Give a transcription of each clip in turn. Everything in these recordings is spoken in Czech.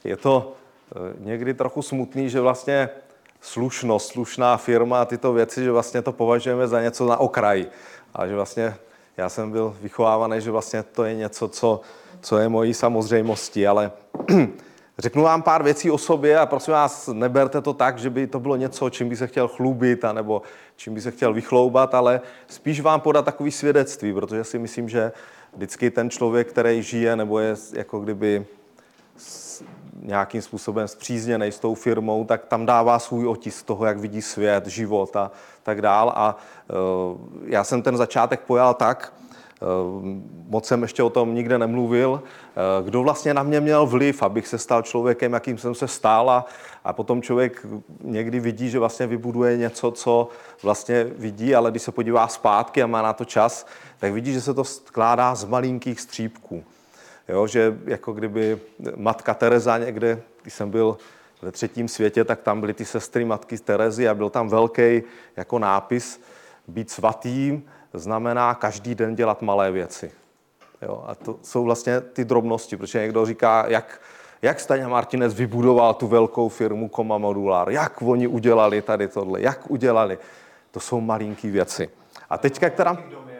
je to někdy trochu smutný, že vlastně slušnost, slušná firma a tyto věci, že vlastně to považujeme za něco na okraji. A že vlastně já jsem byl vychovávaný, že vlastně to je něco, co je mojí samozřejmostí, ale řeknu vám pár věcí o sobě a prosím vás, neberte to tak, že by to bylo něco, čím by se chtěl chlubit, anebo čím by se chtěl vychloubat, ale spíš vám podat takový svědectví, protože si myslím, že vždycky ten člověk, který žije nebo je jako kdyby nějakým způsobem spřízněnej s tou firmou, tak tam dává svůj otisk toho, jak vidí svět, život a tak dál. A já jsem ten začátek pojal tak, moc jsem ještě o tom nikde nemluvil, kdo vlastně na mě měl vliv, abych se stal člověkem, jakým jsem se stal, a potom člověk někdy vidí, že vlastně vybuduje něco, co vlastně vidí, ale když se podívá zpátky a má na to čas, tak vidí, že se to skládá z malinkých střípků. Jo, že jako kdyby matka Tereza někde, když jsem byl ve třetím světě, tak tam byly ty sestry matky Terezy a byl tam velký jako nápis: být svatým znamená každý den dělat malé věci. Jo, a to jsou vlastně ty drobnosti, protože někdo říká, jak Staňa Martinec vybudoval tu velkou firmu Koma Modular, jak oni udělali tady tohle, jak udělali. To jsou malinký věci. A teďka, která...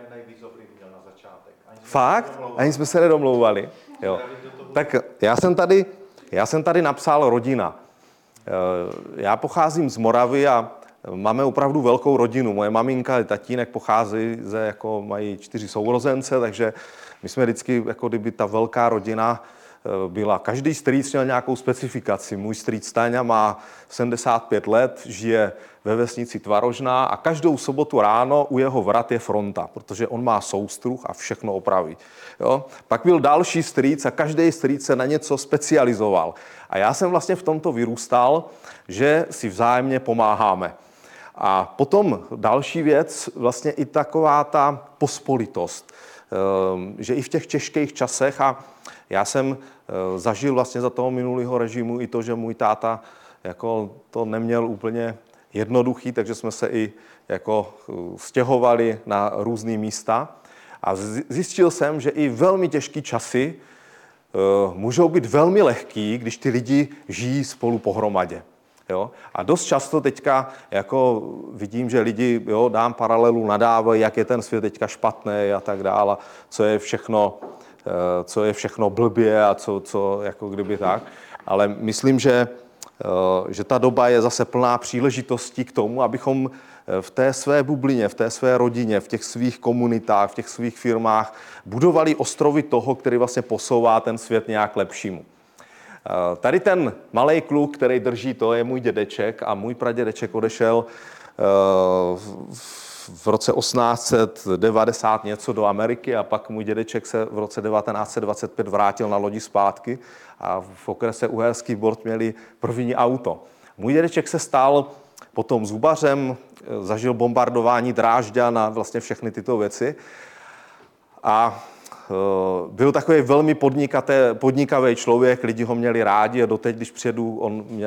Fakt? Ani jsme se nedomlouvali. Jo. Tak já jsem tady napsal rodina. Já pocházím z Moravy a máme opravdu velkou rodinu. Moje maminka a tatínek pochází mají 4 sourozence, takže my jsme vždycky, jako kdyby ta velká rodina byla. Každý strýc měl nějakou specifikaci. Můj strýc Staňa má 75 let, žije ve vesnici Tvarožná a každou sobotu ráno u jeho vrat je fronta, protože on má soustruh a všechno opraví. Jo? Pak byl další strýc a každý strýc se na něco specializoval. A já jsem vlastně v tomto vyrůstal, že si vzájemně pomáháme. A potom další věc, vlastně i taková ta pospolitost, že i v těch těžkých časech, a já jsem zažil vlastně za toho minulého režimu i to, že můj táta jako to neměl úplně jednoduchý, takže jsme se i jako stěhovali na různý místa. A zjistil jsem, že i velmi těžké časy můžou být velmi lehký, když ty lidi žijí spolu pohromadě. Jo? A dost často teďka jako vidím, že lidi, jo, dám paralelu, nadávají, jak je ten svět teďka špatný a tak dále, co je všechno blbě a co jako kdyby tak. Ale myslím, že ta doba je zase plná příležitostí k tomu, abychom v té své bublině, v té své rodině, v těch svých komunitách, v těch svých firmách budovali ostrovy toho, který vlastně posouvá ten svět nějak lepšímu. Tady ten malej kluk, který drží to, je můj dědeček a můj pradědeček odešel v roce 1890 něco do Ameriky a pak můj dědeček se v roce 1925 vrátil na lodi zpátky a v okrese Uherský Brod měli první auto. Můj dědeček se stal potom zubařem, zažil bombardování Drážďan a vlastně všechny tyto věci a byl takový velmi podnikavý člověk, lidi ho měli rádi a doteď, když přijedu,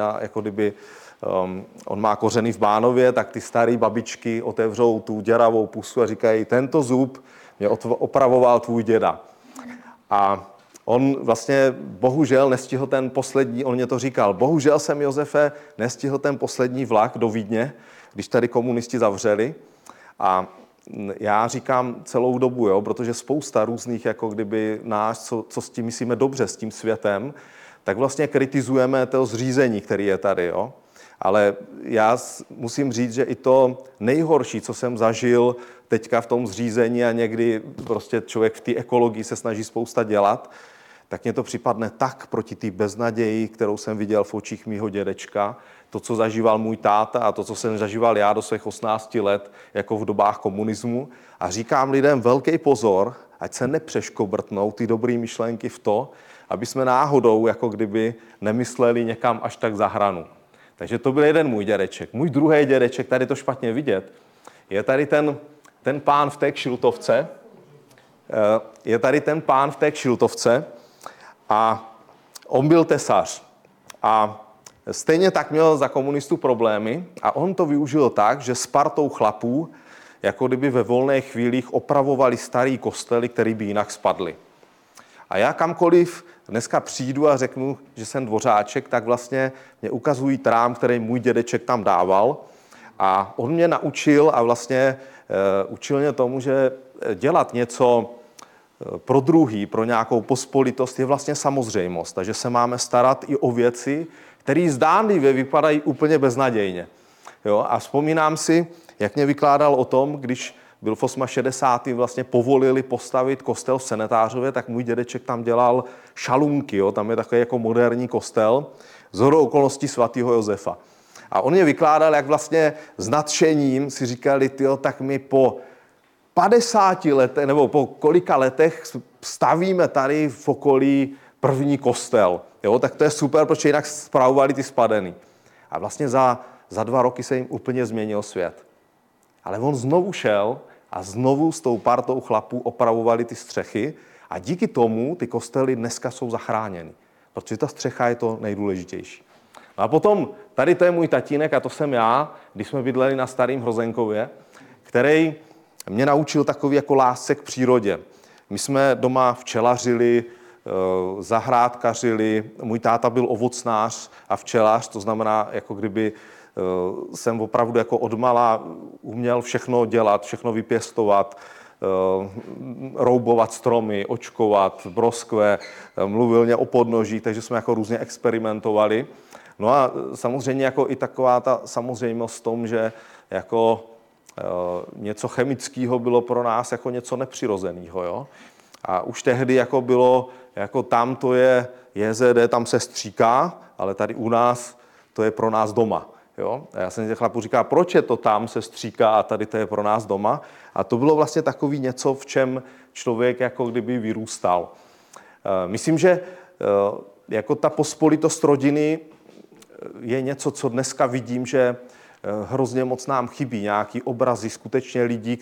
on má kořeny v Bánově, tak ty staré babičky otevřou tu děravou pusu a říkají, tento zub mě opravoval tvůj děda. A on vlastně bohužel nestihl ten poslední, on mě to říkal, bohužel jsem, Josefe, nestihl ten poslední vlak do Vídně, když tady komunisti zavřeli. A já říkám celou dobu, jo, protože spousta různých, jako kdyby co s tím myslíme dobře, s tím světem, tak vlastně kritizujeme to zřízení, který je tady, jo. Ale já musím říct, že i to nejhorší, co jsem zažil teďka v tom zřízení a někdy prostě člověk v té ekologii se snaží spousta dělat, tak mně to připadne tak proti té beznaději, kterou jsem viděl v očích mýho dědečka, to, co zažíval můj táta a to, co jsem zažíval já do svých 18 let, jako v dobách komunismu. A říkám lidem velký pozor, ať se nepřeškobrtnou ty dobré myšlenky v to, aby jsme náhodou jako kdyby nemysleli někam až tak za hranu. Takže to byl jeden můj dědeček. Můj druhý dědeček, tady to špatně vidět, je tady ten pán v té kšiltovce. A on byl tesař. A stejně tak měl za komunistů problémy a on to využil tak, že s partou chlapů, jako kdyby ve volných chvílích opravovali starý kostely, které by jinak spadly. A já kamkoliv dneska přijdu a řeknu, že jsem Dvořáček, tak vlastně mě ukazují trám, který můj dědeček tam dával. A on mě naučil a vlastně učil mě tomu, že dělat něco pro druhý, pro nějakou pospolitost je vlastně samozřejmost. Takže se máme starat i o věci, které zdánlivě vypadají úplně beznadějně. Jo? A vzpomínám si, jak mě vykládal o tom, když byl v 68. vlastně povolili postavit kostel v Senetářově, tak můj dědeček tam dělal šalunky, jo? Tam je takový jako moderní kostel, shodou okolností svatého Josefa. A on mě vykládal, jak vlastně s nadšením si říkali, tyjo, tak my po 50 letech, nebo po kolika letech stavíme tady v okolí první kostel. Jo? Tak to je super, protože jinak spravovali ty spadený. A vlastně za 2 roky se jim úplně změnil svět. Ale on znovu šel a znovu s tou partou chlapů opravovali ty střechy a díky tomu ty kostely dneska jsou zachráněny. Protože ta střecha je to nejdůležitější. No a potom, tady to je můj tatínek a to jsem já, když jsme bydleli na Starém Hrozenkově, který mě naučil takový jako lásce k přírodě. My jsme doma včelařili, zahrádkařili, můj táta byl ovocnář a včelař, to znamená, jako kdyby jsem opravdu jako odmala uměl všechno dělat, všechno vypěstovat, roubovat stromy, očkovat, broskve, mluvil mě o podnoží, takže jsme jako různě experimentovali. No a samozřejmě jako i taková ta samozřejmost v tom, že jako něco chemického bylo pro nás jako něco nepřirozeného, jo. A už tehdy jako bylo, jako tam to je JZD, tam se stříká, ale tady u nás to je pro nás doma, jo. A já jsem těch chlapů říkal, proč je to tam se stříká a tady to je pro nás doma. A to bylo vlastně takový něco, v čem člověk jako kdyby vyrůstal. Myslím, že jako ta pospolitost rodiny je něco, co dneska vidím, že hrozně moc nám chybí. Nějaký obrazy skutečně lidí,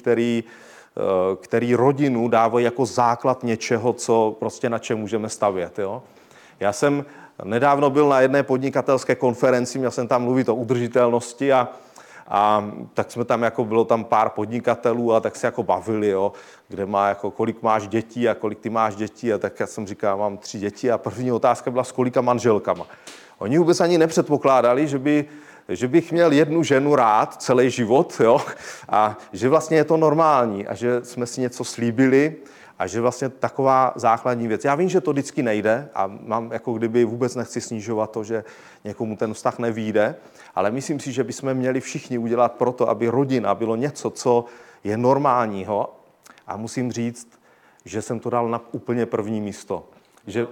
který rodinu dávají jako základ něčeho, co prostě na čem můžeme stavět. Jo? Já jsem nedávno byl na jedné podnikatelské konferenci, měl jsem tam mluvit o udržitelnosti a tak jsme tam jako, bylo tam pár podnikatelů a tak se jako bavili, jo, kde má jako, kolik máš dětí a kolik ty máš dětí a tak já jsem říkal, mám 3 děti a první otázka byla, s kolika manželkama. Oni vůbec ani nepředpokládali, že bych měl jednu ženu rád celý život, jo, a že vlastně je to normální a že jsme si něco slíbili a že vlastně taková základní věc. Já vím, že to vždycky nejde a mám jako kdyby vůbec nechci snižovat to, že někomu ten vztah nevyjde, ale myslím si, že bychom měli všichni udělat proto, aby rodina bylo něco, co je normálního a musím říct, že jsem to dal na úplně první místo. Že...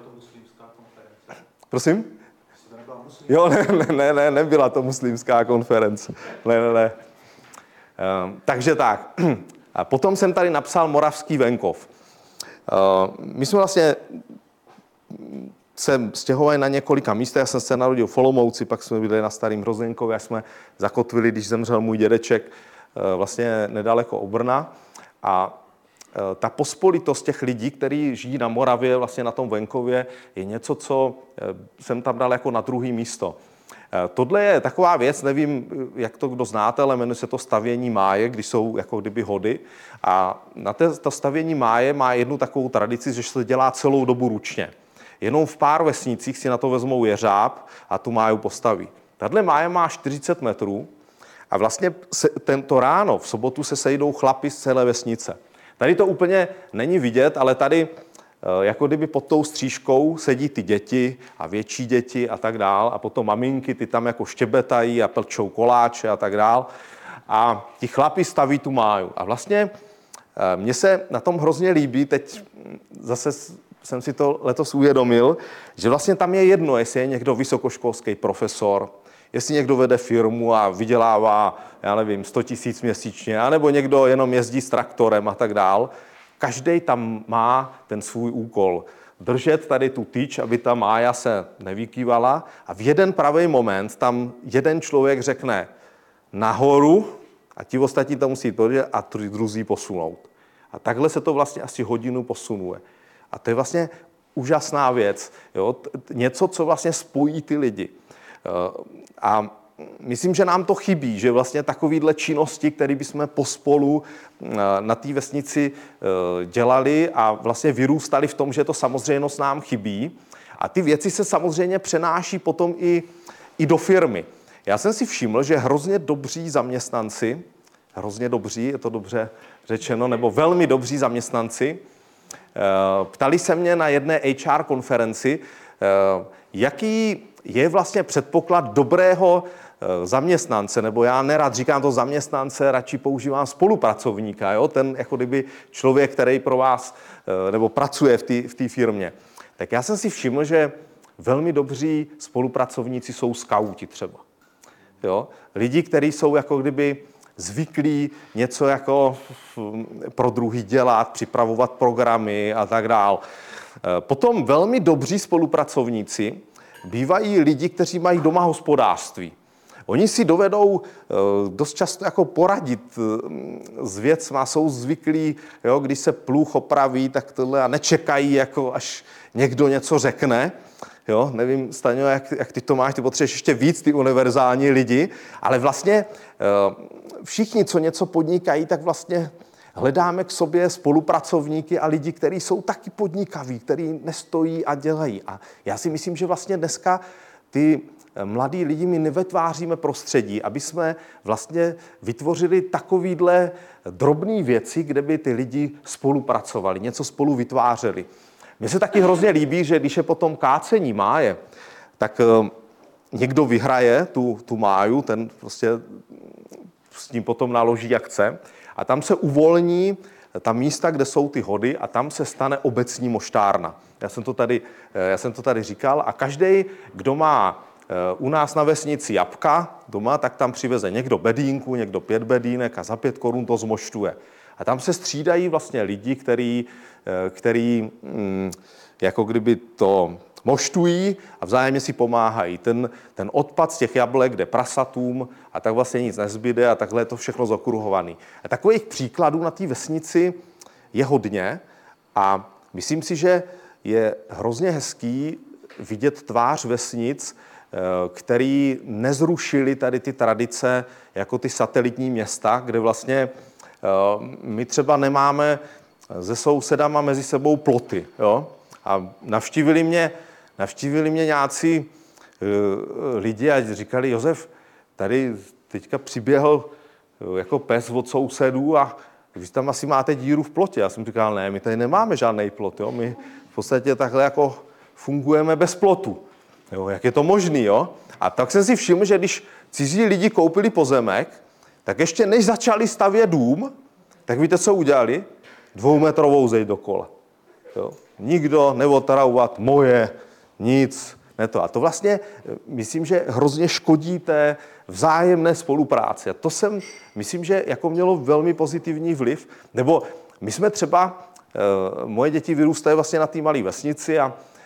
Prosím? Jo, ne, nebyla to muslimská konference. Ne. Takže tak. A potom jsem tady napsal Moravský venkov. My jsme vlastně se stěhovali na několika místech. Já jsem se narodil v Olomouci, pak jsme byli na Starém Hrozenkově, jsme zakotvili, když zemřel můj dědeček, vlastně nedaleko od Brna. A ta pospolitost těch lidí, kteří žijí na Moravě, vlastně na tom venkově, je něco, co jsem tam dal jako na druhé místo. Tohle je taková věc, nevím, jak to kdo znáte, ale jmenuje se to stavění máje, když jsou jako kdyby hody. A na to stavění máje má jednu takovou tradici, že se dělá celou dobu ručně. Jenom v pár vesnicích si na to vezmou jeřáb a tu máju postaví. Tahle máje má 40 metrů a vlastně tento ráno, v sobotu, se sejdou chlapi z celé vesnice. Tady to úplně není vidět, ale tady jako kdyby pod tou střížkou sedí ty děti a větší děti a tak dál a potom maminky, ty tam jako štěbetají a plčou koláče a tak dál a ti chlapi staví tu máju. A vlastně mně se na tom hrozně líbí, teď zase jsem si to letos uvědomil, že vlastně tam je jedno, jestli je někdo vysokoškolský profesor, jestli někdo vede firmu a vydělává, já nevím, 100 000 měsíčně, anebo někdo jenom jezdí s traktorem a tak dál. Každý tam má ten svůj úkol. Držet tady tu tyč, aby ta mája se nevykývala a v jeden pravý moment tam jeden člověk řekne nahoru a ti ostatní to musí podržet a druzí posunout. A takhle se to vlastně asi hodinu posunuje. A to je vlastně úžasná věc. Jo? Něco, co vlastně spojí ty lidi. A myslím, že nám to chybí, že vlastně takovýhle činnosti, které bychom pospolu na té vesnici dělali a vlastně vyrůstali v tom, že to samozřejmost nám chybí. A ty věci se samozřejmě přenáší potom i do firmy. Já jsem si všiml, že hrozně dobří zaměstnanci, hrozně dobří, je to dobře řečeno, nebo velmi dobří zaměstnanci, ptali se mě na jedné HR konferenci, jaký je vlastně předpoklad dobrého zaměstnance, nebo já nerad říkám to zaměstnance, radši používám spolupracovníka, jo? Ten jako kdyby člověk, který pro vás nebo pracuje v té firmě. Tak já jsem si všiml, že velmi dobří spolupracovníci jsou skauti třeba. Jo? Lidi, kteří jsou jako kdyby zvyklí něco jako pro druhý dělat, připravovat programy a tak dál. Potom velmi dobří spolupracovníci bývají lidi, kteří mají doma hospodářství. Oni si dovedou dost často jako poradit s věcma, jsou zvyklí, jo, když se pluh opraví, tak tohle a nečekají, jako až někdo něco řekne. Jo, nevím, Staňo, jak ty to máš, ty potřebuješ ještě víc, ty univerzální lidi, ale vlastně všichni, co něco podnikají, tak vlastně hledáme k sobě spolupracovníky a lidi, kteří jsou taky podnikaví, kteří nestojí a dělají. A já si myslím, že vlastně dneska ty mladí lidi my nevytváříme prostředí, aby jsme vlastně vytvořili takovýhle drobné věci, kde by ty lidi spolupracovali, něco spolu vytvářeli. Mně se taky hrozně líbí, že když je potom kácení máje, tak někdo vyhraje tu máju, ten prostě s tím potom naloží jak chce a tam se uvolní ta místa, kde jsou ty hody a tam se stane obecní moštárna. Já jsem to tady říkal a každý, kdo má u nás na vesnici jabka doma, tak tam přiveze někdo bedínku, někdo 5 bedínek a za 5 korun to zmoštuje. A tam se střídají vlastně lidi, který jako kdyby to moštují a vzájemně si pomáhají. Ten odpad z těch jablek jde prasatům a tak vlastně nic nezbyde a takhle je to všechno zakruhovaný. A takových příkladů na té vesnici je hodně a myslím si, že je hrozně hezký vidět tvář vesnic, který nezrušili tady ty tradice jako ty satelitní města, kde vlastně my třeba nemáme se sousedama mezi sebou ploty. Jo? A navštívili mě nějací lidi a říkali, Josef, tady teďka přiběhl jako pes od sousedů a vy tam asi máte díru v plotě. Já jsem říkal, ne, my tady nemáme žádný plot. Jo? My v podstatě takhle jako fungujeme bez plotu. Jo? Jak je to možný? Jo? A tak jsem si všiml, že když cizí lidi koupili pozemek, tak ještě než začali stavět dům, tak víte, co udělali? 2metrovou zeď dokola. Jo? Nikdo neotravovat moje, nic, ne to. A to vlastně, myslím, že hrozně škodí té vzájemné spolupráci. A to myslím, že jako mělo velmi pozitivní vliv. Nebo my jsme třeba, moje děti vyrůstají vlastně na té malé vesnici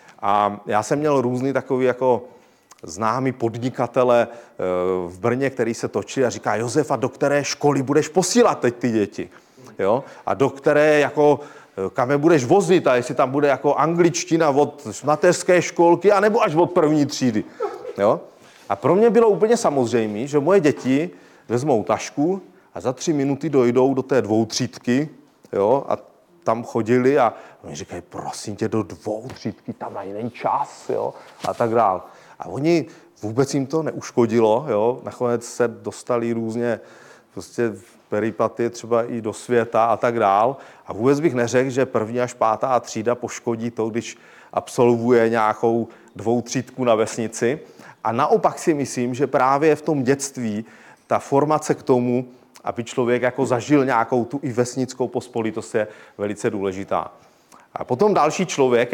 a já jsem měl různý takový jako známý podnikatele v Brně, který se točí a říká, Josef, a do které školy budeš posílat teď ty děti? Jo? A do které, jako, kam je budeš vozit a jestli tam bude jako angličtina od mateřské školky anebo až od první třídy. Jo? A pro mě bylo úplně samozřejmé, že moje děti vezmou tašku a za 3 minuty dojdou do té 2třídky, jo? A tam chodili a oni říkají, prosím tě, do 2třídky, tam není čas, jo? A tak dál. A oni vůbec jim to neuškodilo, jo? Nakonec se dostali různě prostě peripatie třeba i do světa a tak dál. A vůbec bych neřekl, že 1. až 5. třída poškodí to, když absolvuje nějakou 2třídku na vesnici. A naopak si myslím, že právě v tom dětství ta formace k tomu, aby člověk jako zažil nějakou tu i vesnickou pospolitost, je velice důležitá. A potom další člověk,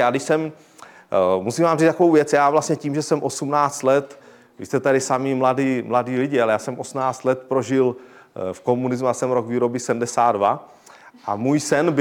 musím vám říct takovou věc, já vlastně tím, že jsem 18 let, vy jste tady sami mladí lidi, ale já jsem 18 let prožil v komunismu, já jsem rok výroby 72 a můj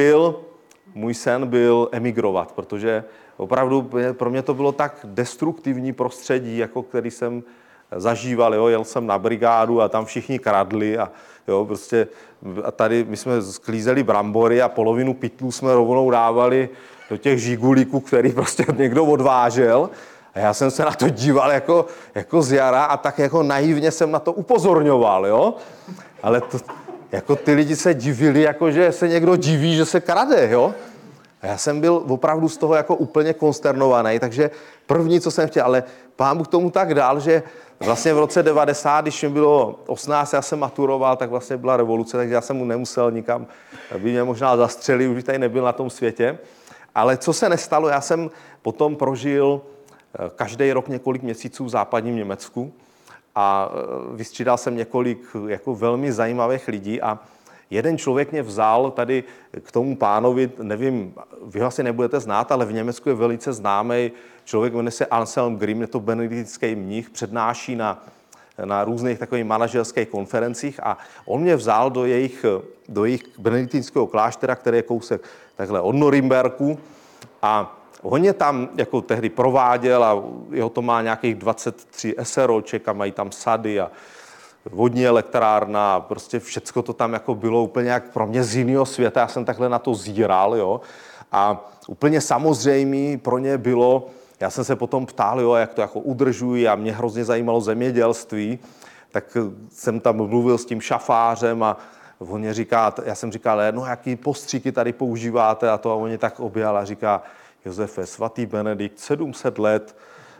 sen byl emigrovat, protože opravdu pro mě to bylo tak destruktivní prostředí, jako který jsem zažíval, jo? Jel jsem na brigádu a tam všichni kradli a jo, prostě a tady my jsme sklízeli brambory a polovinu pytlů jsme rovnou dávali do těch žigulíků, který prostě někdo odvážel A já jsem se na to díval jako z jara a tak jako naivně jsem na to upozorňoval, jo. Ale to, jako ty lidi se divili, jako že se někdo diví, že se krade, jo. A já jsem byl opravdu z toho jako úplně konsternovaný, takže první, co jsem chtěl, ale Pán Bůh tomu tak dal, že vlastně v roce 90, když mi bylo 18, já jsem maturoval, tak vlastně byla revoluce, takže já jsem mu nemusel nikam, by mě možná zastřelil, už tady nebyl na tom světě. Ale co se nestalo, já jsem potom prožil každý rok několik měsíců v západním Německu a vystřídal jsem několik jako velmi zajímavých lidí a jeden člověk mě vzal tady k tomu pánovi, nevím, vy ho asi nebudete znát, ale v Německu je velice známý člověk, jmenuje se Anselm Grimm, je to benediktinský mnich, přednáší na různých takových manažerských konferencích a on mě vzal do jejich benediktinského kláštera, který je kousek takhle od Norimberku a on je tam jako tehdy prováděl a jeho to má nějakých 23 SROček a mají tam sady a vodní elektrárna a prostě všecko to tam jako bylo úplně jak pro mě z jiného světa. Já jsem takhle na to zíral, jo. A úplně samozřejmé pro ně bylo, já jsem se potom ptal, jo, jak to jako udržují a mě hrozně zajímalo zemědělství, tak jsem tam mluvil s tím šafářem a on mě říká, já jsem říkal, no jaký postříky tady používáte a to a on mě tak objal a říká, Josefe, svatý Benedikt, 700 let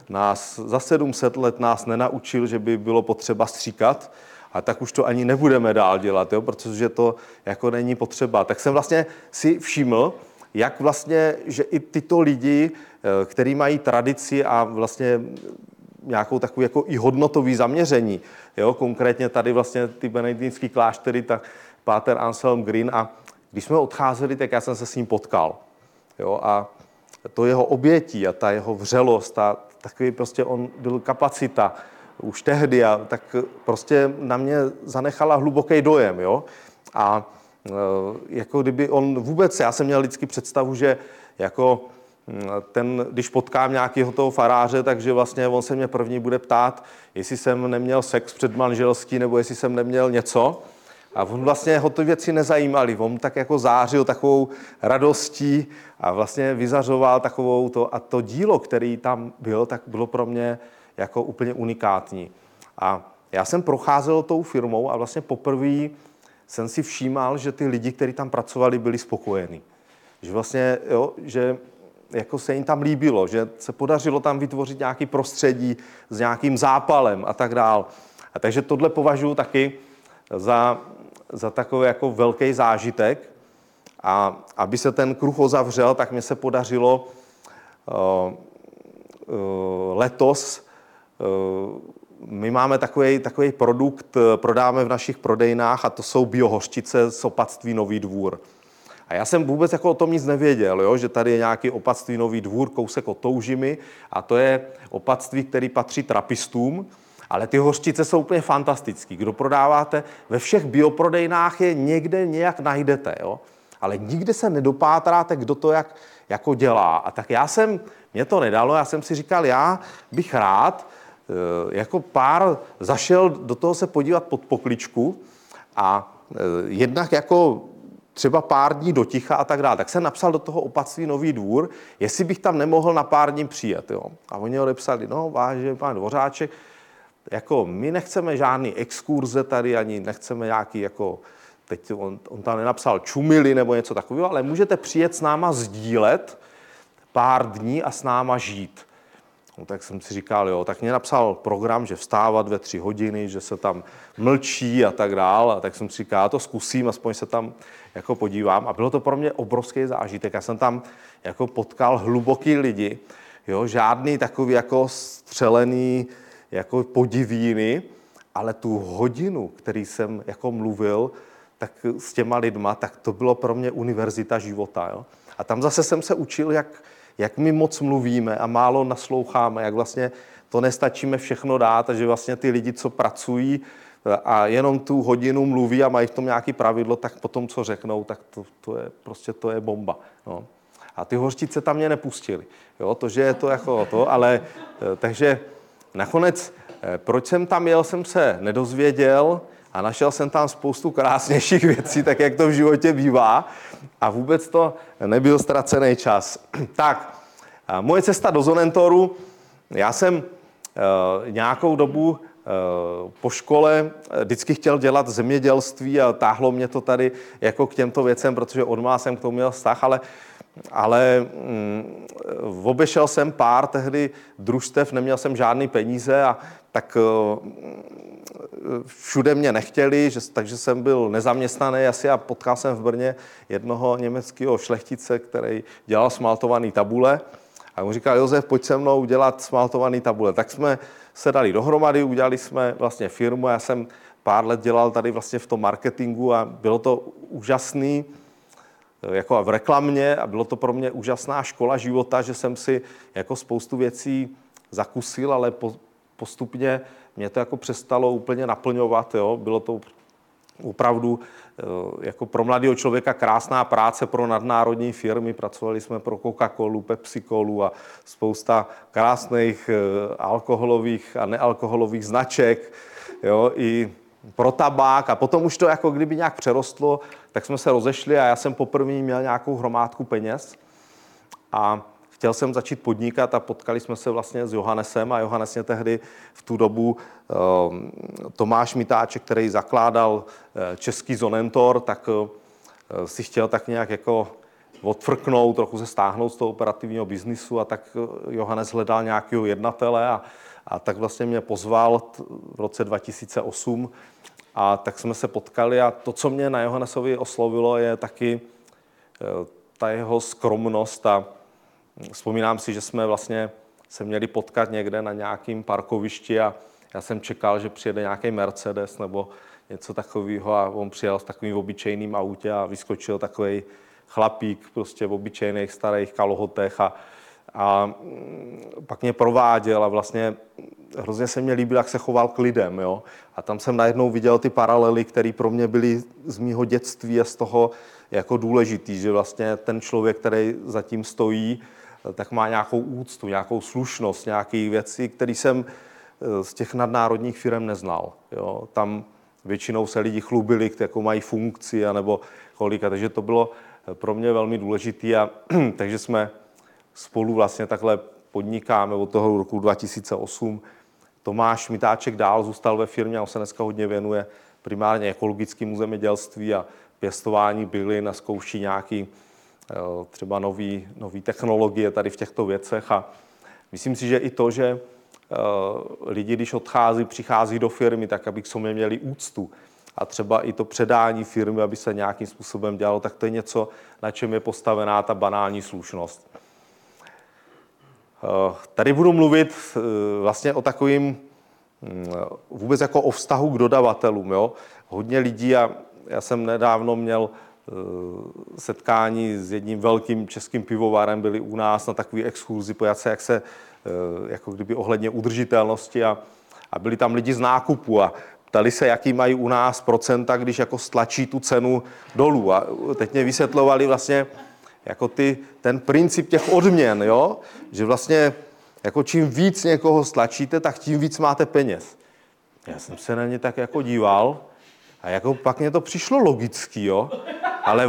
za 700 let nás nenaučil, že by bylo potřeba stříkat, a tak už to ani nebudeme dál dělat, jo, protože to jako není potřeba. Tak jsem vlastně si všiml, jak vlastně, že i tyto lidi, kteří mají tradici a vlastně nějakou takovou jako i hodnotový zaměření, jo, konkrétně tady vlastně ty benediktinský kláštery, tak páter Anselm Green a když jsme odcházeli, tak já jsem se s ním potkal, jo, a to jeho obětí a ta jeho vřelost a takový prostě on byl kapacita už tehdy a tak prostě na mě zanechala hluboký dojem, jo. A jako kdyby on vůbec, já jsem měl vždycky představu, že jako když potkám nějakého toho faráře, takže vlastně on se mě první bude ptát, jestli jsem neměl sex předmanželský nebo jestli jsem neměl něco. A on vlastně ho ty věci nezajímaly. On tak jako zářil takovou radostí a vlastně vyzařoval takovou to. A to dílo, který tam byl, tak bylo pro mě jako úplně unikátní. A já jsem procházel tou firmou a vlastně poprvé jsem si všímal, že ty lidi, kteří tam pracovali, byli spokojení. Že vlastně, jo, že jako se jim tam líbilo, že se podařilo tam vytvořit nějaký prostředí s nějakým zápalem a tak dál. A takže tohle považuji taky za takový jako velký zážitek. A aby se ten kruh uzavřel, tak mně se podařilo letos, my máme takový produkt, prodáme v našich prodejnách a to jsou biohořčice z opatství Nový Dvůr. A já jsem vůbec jako o tom nic nevěděl, jo? Že tady je nějaký opatství Nový Dvůr, kousek od Toužimy a to je opatství, který patří trapistům, ale ty hořčice jsou úplně fantastický. Kdo prodáváte, ve všech bioprodejnách je někde nějak najdete, jo? Ale nikde se nedopátráte, kdo to jak jako dělá. A tak mě to nedalo, já jsem si říkal, já bych rád jako zašel do toho se podívat pod pokličku a jednak jako třeba pár dní do ticha a tak dále. Tak jsem napsal do toho opatství Nový Dvůr, jestli bych tam nemohl na pár dní přijet. Jo? A oni odepsali, no vážený pán Dvořáček, jako my nechceme žádný exkurze tady, ani nechceme nějaký jako, teď on tam nenapsal čumily nebo něco takového, ale můžete přijet s náma sdílet pár dní a s náma žít. No, tak jsem si říkal, jo, tak mě napsal program, že vstávat ve 3 hodiny, že se tam mlčí a tak dál. A tak jsem si říkal, já to zkusím, aspoň se tam jako podívám. A bylo to pro mě obrovský zážitek. Já jsem tam jako potkal hluboký lidi, jo, žádný takový jako střelený jako podivíny, ale tu hodinu, který jsem jako mluvil, tak s těma lidma, tak to bylo pro mě univerzita života, jo. A tam zase jsem se učil, jak my moc mluvíme a málo nasloucháme, jak vlastně to nestačíme všechno dát a že vlastně ty lidi, co pracují a jenom tu hodinu mluví a mají v tom nějaké pravidlo, tak potom, co řeknou, tak to je bomba. No. A ty hořčice tam mě nepustili. Jo, to, že je to jako to, ale takže nakonec, proč jsem tam jel, jsem se nedozvěděl a našel jsem tam spoustu krásnějších věcí, tak jak to v životě bývá. A vůbec to nebyl ztracený čas. Tak, moje cesta do Zonentoru Já jsem nějakou dobu po škole vždycky chtěl dělat zemědělství a táhlo mě to tady jako k těmto věcem, protože od má jsem k tomu měl vztah, ale obešel jsem pár tehdy družstev, neměl jsem žádný peníze a tak všude mě nechtěli, takže jsem byl nezaměstnaný asi a potkal jsem v Brně jednoho německého šlechtice, který dělal smaltovaný tabule a on říkal, Josef, pojď se mnou dělat smaltovaný tabule. Tak jsme se dali dohromady, udělali jsme vlastně firmu, já jsem pár let dělal tady vlastně v tom marketingu a bylo to úžasný, jako v reklamě a bylo to pro mě úžasná škola života, že jsem si jako spoustu věcí zakusil, ale postupně mě to jako přestalo úplně naplňovat. Jo? Bylo to opravdu jako pro mladého člověka krásná práce pro nadnárodní firmy. Pracovali jsme pro Coca-Colu, Pepsi-Colu a spousta krásných alkoholových a nealkoholových značek. Jo? I pro tabák a potom už to jako kdyby nějak přerostlo, tak jsme se rozešli a já jsem poprvé měl nějakou hromádku peněz a chtěl jsem začít podnikat a potkali jsme se vlastně s Johannesem a Johannes mě tehdy v tu dobu Tomáš Mitáček, který zakládal český Zonentor, tak si chtěl tak nějak jako odfrknout, trochu se stáhnout z toho operativního biznisu a tak Johannes hledal nějakého jednatele a tak vlastně mě pozval v roce 2008 a tak jsme se potkali a to, co mě na Johannesovi oslovilo, je taky ta jeho skromnost a vzpomínám si, že jsme vlastně se měli potkat někde na nějakém parkovišti a já jsem čekal, že přijede nějaký Mercedes nebo něco takového a on přijel s takovým obyčejným autě a vyskočil takový chlapík prostě v obyčejných starých kalhotech a pak mě prováděl a vlastně hrozně se mě líbil, jak se choval k lidem. Jo? A tam jsem najednou viděl ty paralely, které pro mě byly z mýho dětství a z toho jako důležitý, že vlastně ten člověk, který zatím stojí, tak má nějakou úctu, nějakou slušnost, nějaké věci, které jsem z těch nadnárodních firm neznal. Jo? Tam většinou se lidi chlubili, jako mají funkci, anebo kolika, takže to bylo pro mě velmi důležité a takže jsme spolu vlastně takhle podnikáme od toho roku 2008. Tomáš Mitáček dál zůstal ve firmě a on se dneska hodně věnuje primárně ekologickému zemědělství a pěstování bylin a zkouší nějaký třeba nový technologie tady v těchto věcech a myslím si, že i to, že lidi, když přichází do firmy, tak aby k sobě měli úctu a třeba i to předání firmy, aby se nějakým způsobem dělalo, tak to je něco, na čem je postavená ta banální slušnost. Tady budu mluvit vlastně o takovým vůbec jako o vztahu k dodavatelům. Jo? Hodně lidí a já jsem nedávno měl setkání s jedním velkým českým pivovarem, byli u nás na takový exkurzi, pojat se, jak se jako kdyby ohledně udržitelnosti a byli tam lidi z nákupu a ptali se, jaký mají u nás procenta, když jako stlačí tu cenu dolů. A teď mě vysvětlovali vlastně jako ten princip těch odměn, jo? Že vlastně jako čím víc někoho stlačíte, tak tím víc máte peněz. Já jsem se na ně tak jako díval a jako pak mně to přišlo logický, jo? Ale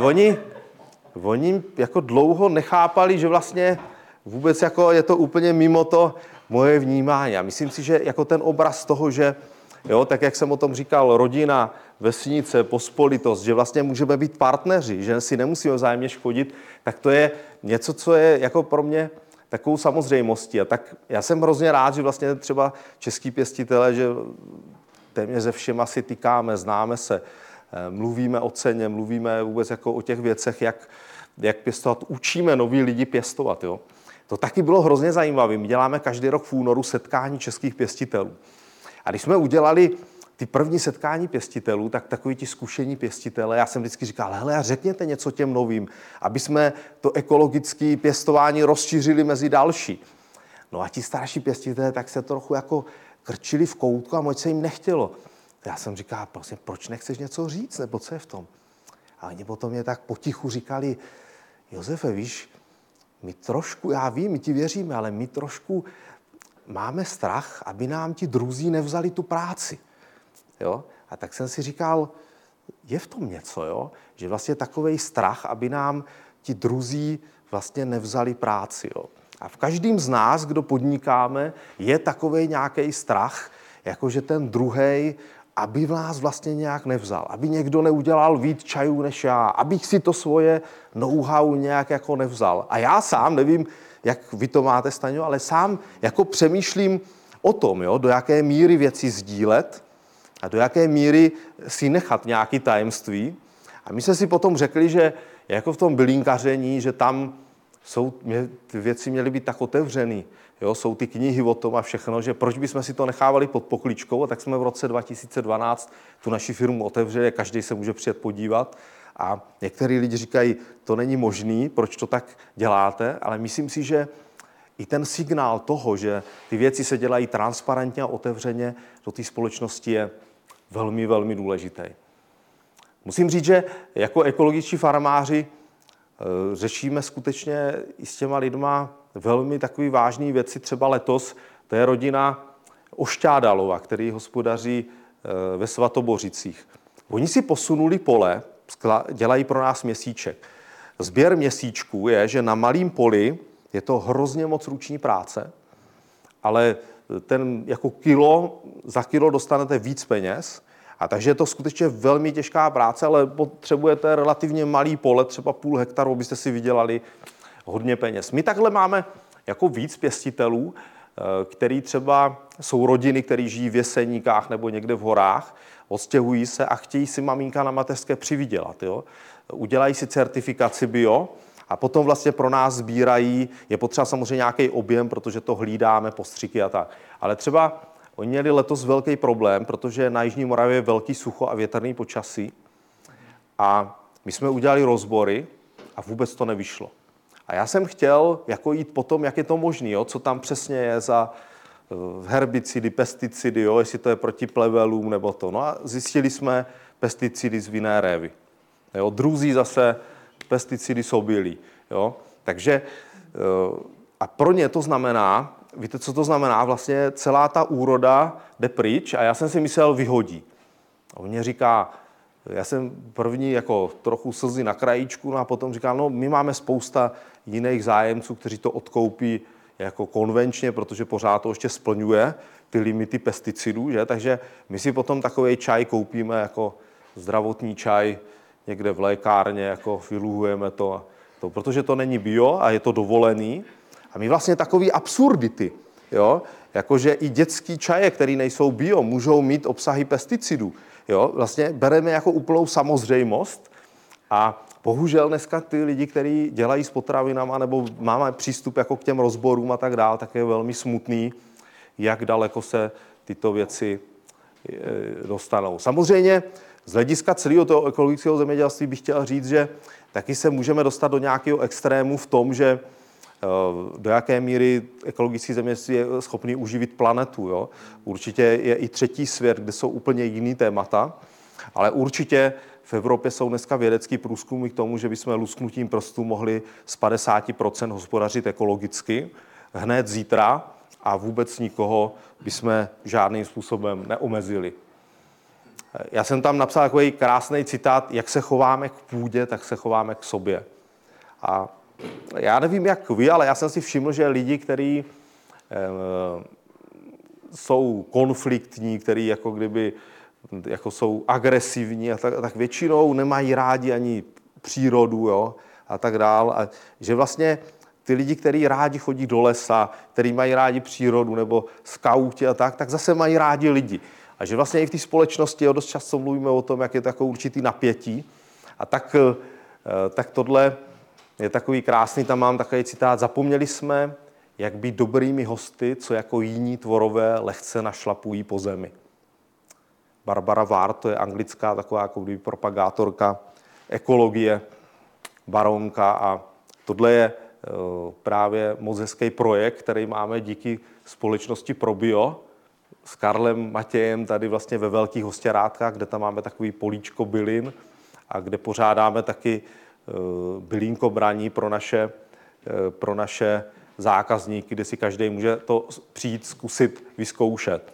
oni jako dlouho nechápali, že vlastně vůbec jako je to úplně mimo to moje vnímání. A myslím si, že jako ten obraz toho, že jo, tak jak jsem o tom říkal, rodina, vesnice, pospolitost, že vlastně můžeme být partneři, že si nemusíme vzájemně škodit, tak to je něco, co je jako pro mě takovou samozřejmostí. A tak já jsem hrozně rád, že vlastně třeba český pěstitele, že téměř se všema si tykáme, známe se, mluvíme o ceně, mluvíme vůbec jako o těch věcech, jak pěstovat, učíme nový lidi pěstovat. Jo. To taky bylo hrozně zajímavé. My děláme každý rok v únoru setkání českých pěstitelů. A když jsme udělali ty první setkání pěstitelů, tak takový ti zkušení pěstitele, já jsem vždycky říkal, hele, řekněte něco těm novým, aby jsme to ekologické pěstování rozšířili mezi další. No a ti starší pěstitelé tak se trochu jako krčili v koutku a moc se jim nechtělo. Já jsem říkal, prosím, proč nechceš něco říct, nebo co je v tom? A oni potom mě tak potichu říkali, Josefe, víš, my trošku, já vím, my ti věříme, ale my trošku máme strach, aby nám ti druzí nevzali tu práci. Jo? A tak jsem si říkal, je v tom něco, jo? Že vlastně takovej strach, aby nám ti druzí vlastně nevzali práci. Jo? A v každém z nás, kdo podnikáme, je takovej nějaký strach, jakože ten druhej, aby vás vlastně nějak nevzal, aby někdo neudělal víc čajů než já, abych si to svoje know-how nějak jako nevzal. A já sám, nevím, jak vy to máte, Staňo, ale sám jako přemýšlím o tom, jo, do jaké míry věci sdílet a do jaké míry si nechat nějaké tajemství. A my jsme si potom řekli, že jako v tom bylínkaření, že tam ty věci měly být tak otevřený. Jo, jsou ty knihy o tom a všechno, že proč bychom si to nechávali pod pokličkou, a tak jsme v roce 2012 tu naši firmu otevřeli, každý se může přijet podívat. A některý lidi říkají, to není možný, proč to tak děláte, ale myslím si, že i ten signál toho, že ty věci se dělají transparentně a otevřeně do té společnosti je velmi, velmi důležitý. Musím říct, že jako ekologičtí farmáři řešíme skutečně i s těma lidma velmi takový vážný věci. Třeba letos, to je rodina Ošťádalova, který hospodaří ve Svatobořicích. Oni si posunuli pole, dělají pro nás měsíček. Sběr měsíčků je, že na malém poli je to hrozně moc ruční práce, ale ten jako za kilo dostanete víc peněz. A takže je to skutečně velmi těžká práce, ale potřebujete relativně malý pole, třeba 0,5 hektaru, abyste si vydělali hodně peněz. My takhle máme jako víc pěstitelů, který třeba jsou rodiny, které žijí v Jeseníkách nebo někde v horách, odstěhují se a chtějí si maminka na mateřské přivydělat. Jo? Udělají si certifikaci bio a potom vlastně pro nás sbírají, je potřeba samozřejmě nějaký objem, protože to hlídáme, postřiky a tak. Ale třeba oni měli letos velký problém, protože na Jižní Moravě je velký sucho a větrný počasí. A my jsme udělali rozbory a vůbec to nevyšlo. A já jsem chtěl jako jít po tom, jak je to možné, co tam přesně je za herbicidy, pesticidy, jo, jestli to je proti plevelům nebo to. No a zjistili jsme pesticidy z vinné révy. Jo, druzí zase pesticidy sobilí. Jo. Takže a pro ně to znamená, víte, co to znamená? Vlastně celá ta úroda jde pryč a já jsem si myslel, vyhodí. A on mě říká, já jsem první jako trochu slzy na krajíčku, no a potom říkal, no my máme spousta jiných zájemců, kteří to odkoupí jako konvenčně, protože pořád to ještě splňuje ty limity pesticidů, že? Takže my si potom takový čaj koupíme jako zdravotní čaj někde v lékárně, jako vyluhujeme to, protože to není bio a je to dovolený. A my vlastně takový absurdity, jo? Jakože i dětský čaje, které nejsou bio, můžou mít obsahy pesticidů. Jo? Vlastně bereme jako úplnou samozřejmost a bohužel dneska ty lidi, kteří dělají s potravinama nebo máme přístup jako k těm rozborům a tak dál, tak je velmi smutný, jak daleko se tyto věci dostanou. Samozřejmě z hlediska celého toho ekologického zemědělství bych chtěl říct, že taky se můžeme dostat do nějakého extrému v tom, že do jaké míry ekologické zemědělství je schopný uživit planetu. Jo? Určitě je i třetí svět, kde jsou úplně jiný témata, ale určitě v Evropě jsou dneska vědecký průzkumy k tomu, že bychom lusknutím prstů mohli z 50% hospodařit ekologicky hned zítra a vůbec nikoho bychom žádným způsobem neomezili. Já jsem tam napsal takový krásný citát, jak se chováme k půdě, tak se chováme k sobě. A já nevím, jak vy, ale já jsem si všiml, že lidi, kteří jsou konfliktní, kteří jako kdyby jako jsou agresivní a tak většinou nemají rádi ani přírodu, jo, a tak dál. A že vlastně ty lidi, kteří rádi chodí do lesa, kteří mají rádi přírodu nebo skauti a tak zase mají rádi lidi. A že vlastně i v té společnosti dost často mluvíme o tom, jak je takový určitý napětí. A tak tohle je takový krásný, tam mám takový citát. Zapomněli jsme, jak být dobrými hosty, co jako jiní tvorové lehce našlapují po zemi. Barbara Ward, to je anglická taková jako propagátorka ekologie, baronka a tohle je právě moc hezký projekt, který máme díky společnosti ProBio s Karlem Matějem tady vlastně ve Velkých Hostěrátkách, kde tam máme takový políčko bylin a kde pořádáme taky bylínkobraní pro naše zákazníky, kde si každý může to přijít, zkusit, vyzkoušet.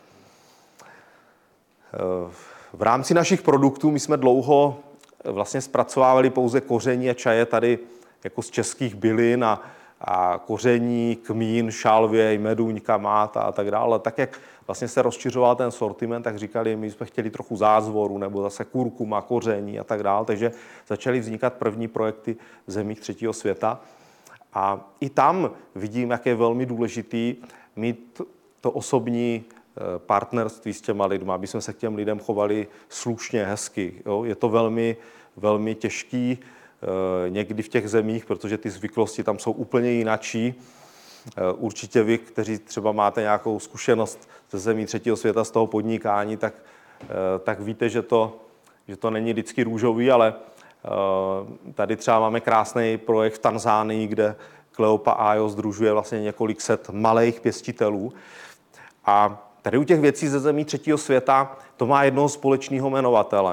V rámci našich produktů my jsme dlouho vlastně zpracovávali pouze koření a čaje tady jako z českých bylin a a koření, kmín, šalvěj, meduň, kamáta a tak dále. Tak jak vlastně se rozšiřoval ten sortiment, tak říkali, my jsme chtěli trochu zázvoru nebo zase kurkuma, koření a tak dále. Takže začaly vznikat první projekty v zemích třetího světa. A i tam vidím, jak je velmi důležitý mít to osobní partnerství s těma lidma, aby jsme se k těm lidem chovali slušně, hezky. Jo? Je to velmi, velmi těžký někdy v těch zemích, protože ty zvyklosti tam jsou úplně jinačí. Určitě vy, kteří třeba máte nějakou zkušenost ze zemí třetího světa z toho podnikání, tak víte, že to není vždycky růžový, ale tady třeba máme krásný projekt v Tanzánii, kde Kleopa Ajo sdružuje vlastně několik set malých pěstitelů. A tady u těch věcí ze zemí třetího světa to má jednoho společného jmenovatele.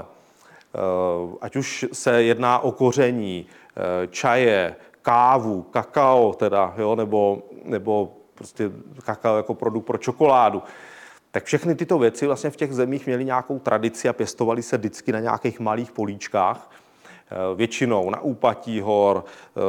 Ať už se jedná o koření, čaje, kávu, kakao teda, jo, nebo prostě kakao jako produkt pro čokoládu. Tak všechny tyto věci vlastně v těch zemích měly nějakou tradici a pěstovaly se vždycky na nějakých malých políčkách. Většinou na úpatí hor,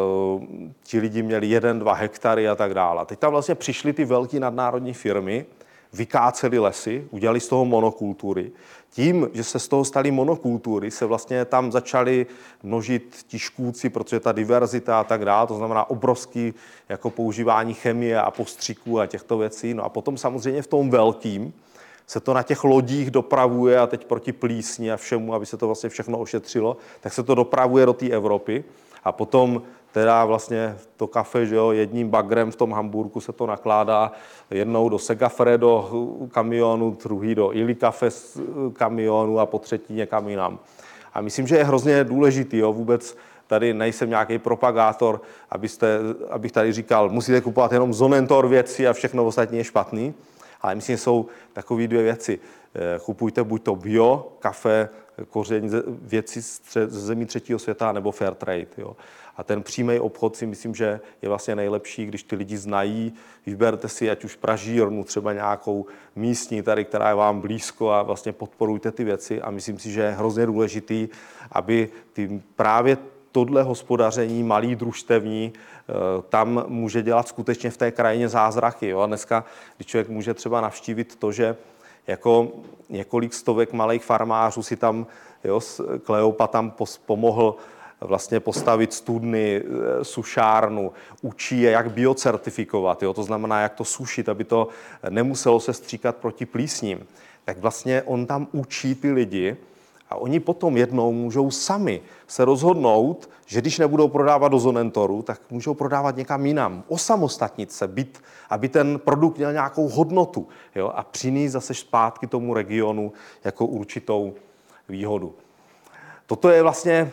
ti lidi měli 1-2 hektary a tak dále. Teď tam vlastně přišly ty velké nadnárodní firmy, vykáceli lesy, udělali z toho monokultury. Tím, že se z toho staly monokultury, se vlastně tam začali množit ti škůdci, protože ta diverzita a tak dále, to znamená obrovský jako používání chemie a postřiků a těchto věcí. No a potom samozřejmě v tom velkým se to na těch lodích dopravuje a teď proti plísni a všemu, aby se to vlastně všechno ošetřilo, tak se to dopravuje do té Evropy a potom teda vlastně to kafe, že jo, jedním bagrem v tom Hamburku se to nakládá jednou do Segafredo kamionu, druhý do Illy Cafe kamionu a po třetí někam jinam. A myslím, že je hrozně důležitý, jo, vůbec tady nejsem nějaký propagátor, abych tady říkal, musíte kupovat jenom Zonentor věci a všechno ostatní je špatný. Ale myslím, že jsou takové 2 věci. Kupujte buď to bio, kafe, koření, věci ze zemí třetího světa, nebo fair trade. Jo. A ten přímý obchod si myslím, že je vlastně nejlepší, když ty lidi znají. Vyberte si ať už pražírnu, třeba nějakou místní tady, která je vám blízko a vlastně podporujte ty věci. A myslím si, že je hrozně důležitý, aby právě tohle hospodaření, malý družstevní, tam může dělat skutečně v té krajině zázraky. Jo? A dneska, když člověk může třeba navštívit to, že jako několik stovek malých farmářů si tam, jo, Kleopa tam pomohl vlastně postavit studny, sušárnu, učí je, jak biocertifikovat, jo? To znamená, jak to sušit, aby to nemuselo se stříkat proti plísním. Tak vlastně on tam učí ty lidi, a oni potom jednou můžou sami se rozhodnout, že když nebudou prodávat do Zonentoru, tak můžou prodávat někam jinam, osamostatnit se, aby ten produkt měl nějakou hodnotu, jo, a přinést zase zpátky tomu regionu jako určitou výhodu. Toto je vlastně,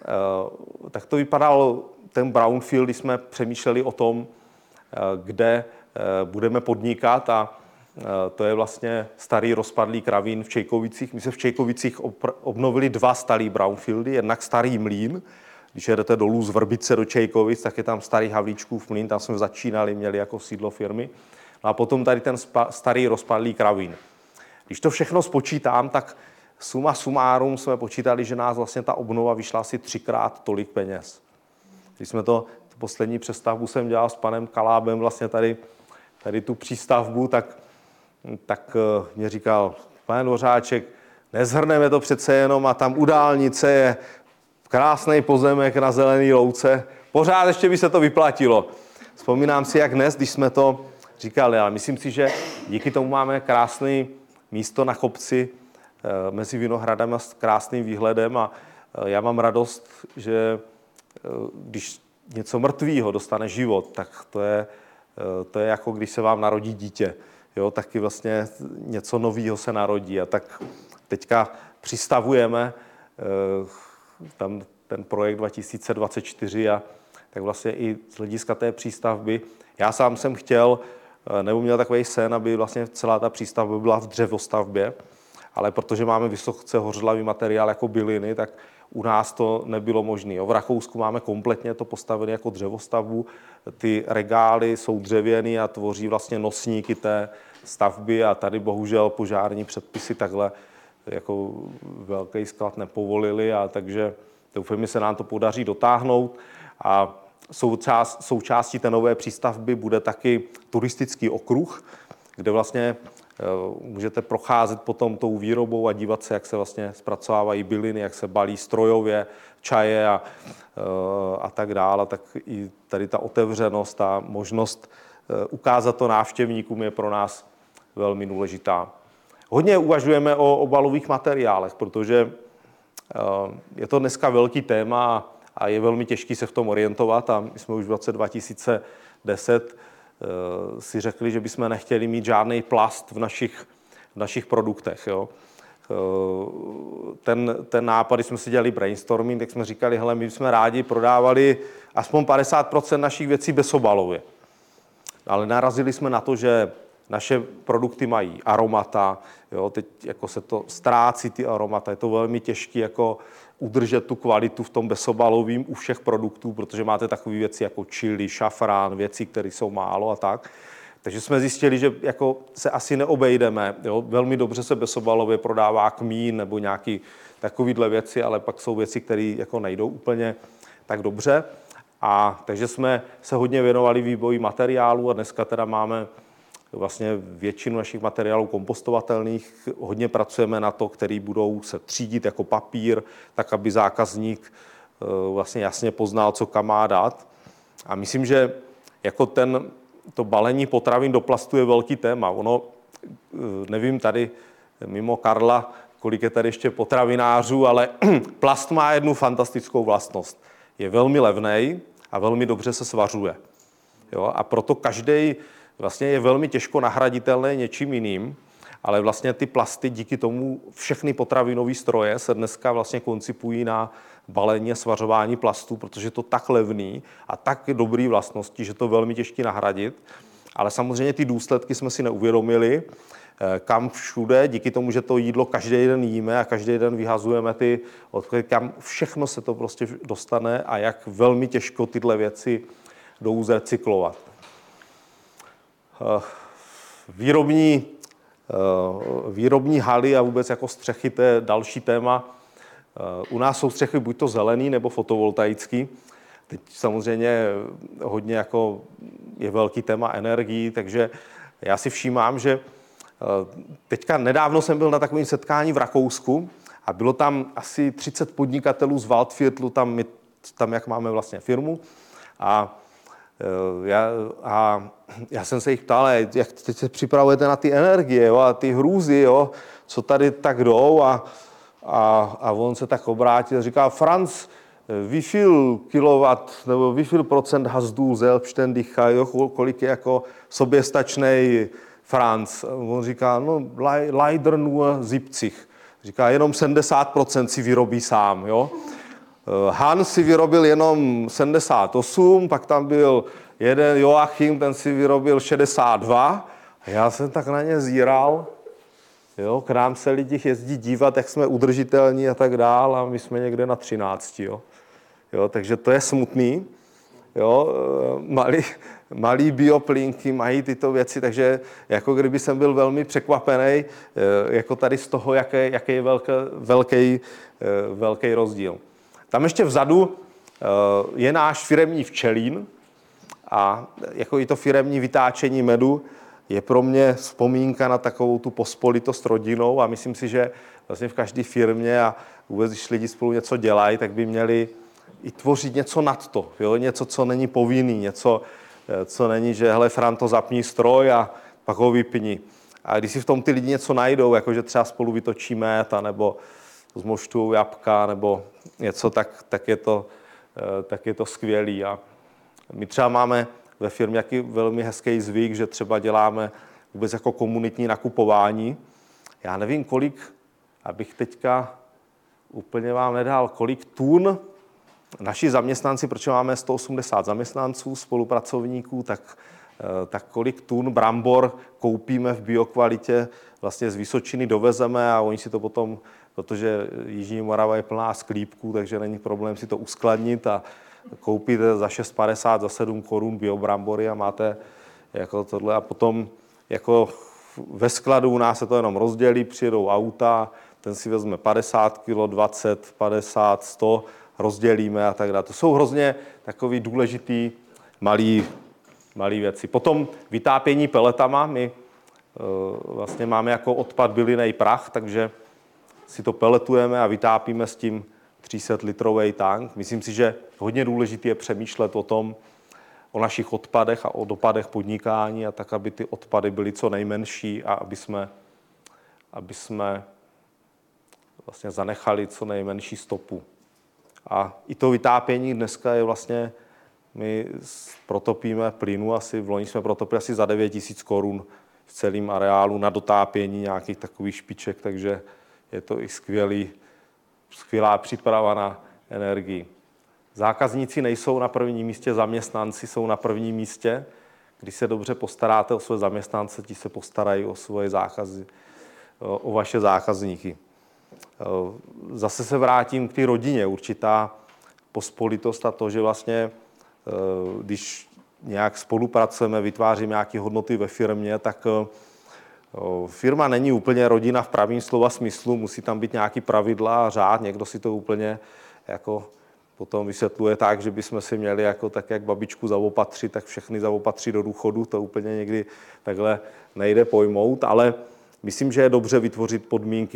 tak to vypadal ten brownfield, když jsme přemýšleli o tom, kde budeme podnikat, a to je vlastně starý rozpadlý kravín v Čejkovicích. My se v Čejkovicích obnovili 2 starý brownfieldy, jednak starý mlýn. Když jedete dolů z Vrbice do Čejkovic, tak je tam starý Havlíčkův mlýn, tam jsme začínali, měli jako sídlo firmy. No a potom tady ten starý rozpadlý kravín. Když to všechno spočítám, tak suma sumárum jsme počítali, že nás vlastně ta obnova vyšla asi 3x tolik peněz. Když jsme tu poslední přestavbu jsem dělal s panem Kalábem vlastně tady tu přístavbu, tak mě říkal, pane Dvořáček, nezhrneme to přece jenom a tam u dálnice je krásný pozemek na zelený louce, pořád ještě by se to vyplatilo. Vzpomínám si, jak dnes, když jsme to říkali, ale myslím si, že díky tomu máme krásné místo na kopci mezi vinohradem a s krásným výhledem a já mám radost, že když něco mrtvýho dostane život, tak to je jako když se vám narodí dítě. Jo, taky vlastně něco nového se narodí a tak teďka přistavujeme tam ten projekt 2024 a tak vlastně i z hlediska té přístavby. Já sám jsem chtěl, nebo měl takový sen, aby vlastně celá ta přístavba byla v dřevostavbě, ale protože máme vysoce hořlavý materiál jako byliny, tak u nás to nebylo možné. V Rakousku máme kompletně to postavené jako dřevostavbu. Ty regály jsou dřevěný a tvoří vlastně nosníky té stavby a tady bohužel požární předpisy takhle jako velký sklad nepovolili a takže doufám, že se nám to podaří dotáhnout a součástí té nové přístavby bude taky turistický okruh, kde vlastně můžete procházet potom tou výrobou a dívat se, jak se vlastně zpracovávají byliny, jak se balí strojově, čaje a tak dále. Tak i tady ta otevřenost a možnost ukázat to návštěvníkům je pro nás velmi důležitá. Hodně uvažujeme o obalových materiálech, protože je to dneska velký téma a je velmi těžké se v tom orientovat. A my jsme už v roce 2010 si řekli, že bychom nechtěli mít žádný plast v našich produktech. Jo. Ten nápad, když jsme si dělali brainstorming, tak jsme říkali, hele, my bychom rádi prodávali aspoň 50% našich věcí bezobalově. Ale narazili jsme na to, že naše produkty mají aromata, jo, teď jako se to ztrácí ty aromata, je to velmi těžké jako udržet tu kvalitu v tom bezobalovým u všech produktů, protože máte takové věci jako chili, šafrán, věci, které jsou málo a tak. Takže jsme zjistili, že jako se asi neobejdeme. Jo. Velmi dobře se bezobalově prodává kmín nebo nějaké takovéhle věci, ale pak jsou věci, které jako nejdou úplně tak dobře. A takže jsme se hodně věnovali vývoji materiálů a dneska teda máme vlastně většinu našich materiálů kompostovatelných. Hodně pracujeme na to, který budou se třídit jako papír, tak aby zákazník vlastně jasně poznal, co kam má dát. A myslím, že jako to balení potravin do plastu je velký téma. Ono, nevím tady mimo Karla, kolik je tady ještě potravinářů, ale plast má jednu fantastickou vlastnost. Je velmi levnej a velmi dobře se svařuje. Jo? A proto každý vlastně je velmi těžko nahraditelný něčím jiným, ale vlastně ty plasty díky tomu všechny potravinové stroje se dneska vlastně koncipují na balení a svařování plastů, protože je to tak levný a tak dobrý vlastnosti, že to velmi těžké nahradit. Ale samozřejmě ty důsledky jsme si neuvědomili, kam všude, díky tomu, že to jídlo každý den jíme a každý den vyhazujeme ty odpady, kam všechno se to prostě dostane a jak velmi těžko tyhle věci jdou zrecyklovat. Výrobní haly a vůbec jako střechy, to je další téma. U nás jsou střechy buď to zelený nebo fotovoltaický. Teď samozřejmě hodně jako je velký téma energií, takže já si všímám, že teďka nedávno jsem byl na takovém setkání v Rakousku a bylo tam asi 30 podnikatelů z Waldviertlu, tam jak máme vlastně firmu. A já jsem se jich ptal, jak teď se připravujete na ty energie, jo, a ty hrůzy, jo, co tady tak jdou a on se tak obrátil a říká, Franz, wie viel kilowatt nebo wie viel procent hast du selbstständig, jo, kolik je jako soběstačnej Franz. On říká, no leider nur 70. Říká, jenom 70% si vyrobí sám, jo. Hans si vyrobil jenom 78, pak tam byl jeden Joachim, ten si vyrobil 62. A já jsem tak na ně zíral. Jo, k nám se lidi jezdí dívat, jak jsme udržitelní a tak dál, a my jsme někde na 13. Jo, takže to je smutný. Jo, malý bioplínky mají tyto věci, takže jako kdyby jsem byl velmi překvapený jako tady z toho, jaký je velký rozdíl. Tam ještě vzadu je náš firemní včelín a jako i to firemní vytáčení medu je pro mě vzpomínka na takovou tu pospolitost rodinou a myslím si, že vlastně v každé firmě a vůbec, když lidi spolu něco dělají, tak by měli i tvořit něco nad to, jo? Něco, co není povinný, něco, co není, že hele, Franto, zapni stroj a pak ho vypni. A když si v tom ty lidi něco najdou, jakože třeba spolu vytočí med, nebo zmoštujou jabka, nebo něco, tak je to skvělý. A my třeba máme ve firmě jaký velmi hezký zvyk, že třeba děláme vůbec jako komunitní nakupování. Já nevím, kolik, abych teďka úplně vám nedal, kolik tun naši zaměstnanci, protože máme 180 zaměstnanců, spolupracovníků, tak kolik tun brambor koupíme v biokvalitě, vlastně z Vysočiny dovezeme a oni si to potom, protože Jižní Morava je plná sklípků, takže není problém si to uskladnit a koupíte za 6,50, za 7 korun biobrambory a máte jako tohle a potom jako ve skladu u nás se to jenom rozdělí, přijedou auta, ten si vezme 50 kg, 20, 50, 100 rozdělíme a tak dále. To jsou hrozně takový důležitý malý věci. Potom vytápění peletama. My vlastně máme jako odpad bylinný prach, takže si to peletujeme a vytápíme s tím 300-litrový tank. Myslím si, že hodně důležité je přemýšlet o našich odpadech a o dopadech podnikání a tak, aby ty odpady byly co nejmenší a aby jsme vlastně zanechali co nejmenší stopu. A i to vytápění dneska je vlastně, my protopíme plynu, v loni jsme protopili asi za 9 000 korun v celém areálu na dotápění nějakých takových špiček, takže je to i skvělá příprava na energii. Zákazníci nejsou na prvním místě, zaměstnanci jsou na prvním místě. Když se dobře postaráte o své zaměstnance, ti se postarají o vaše zákazníky. Zase se vrátím k té rodině. Určitá pospolitost a to, že vlastně, když nějak spolupracujeme, vytváříme nějaké hodnoty ve firmě, tak firma není úplně rodina v pravém slova smyslu, musí tam být nějaký pravidla a řád, někdo si to úplně jako potom vysvětluje tak, že bychom si měli jako tak, jak babičku zaopatřit, tak všechny zaopatřit do důchodu, to úplně někdy takhle nejde pojmout, ale myslím, že je dobře vytvořit podmínky,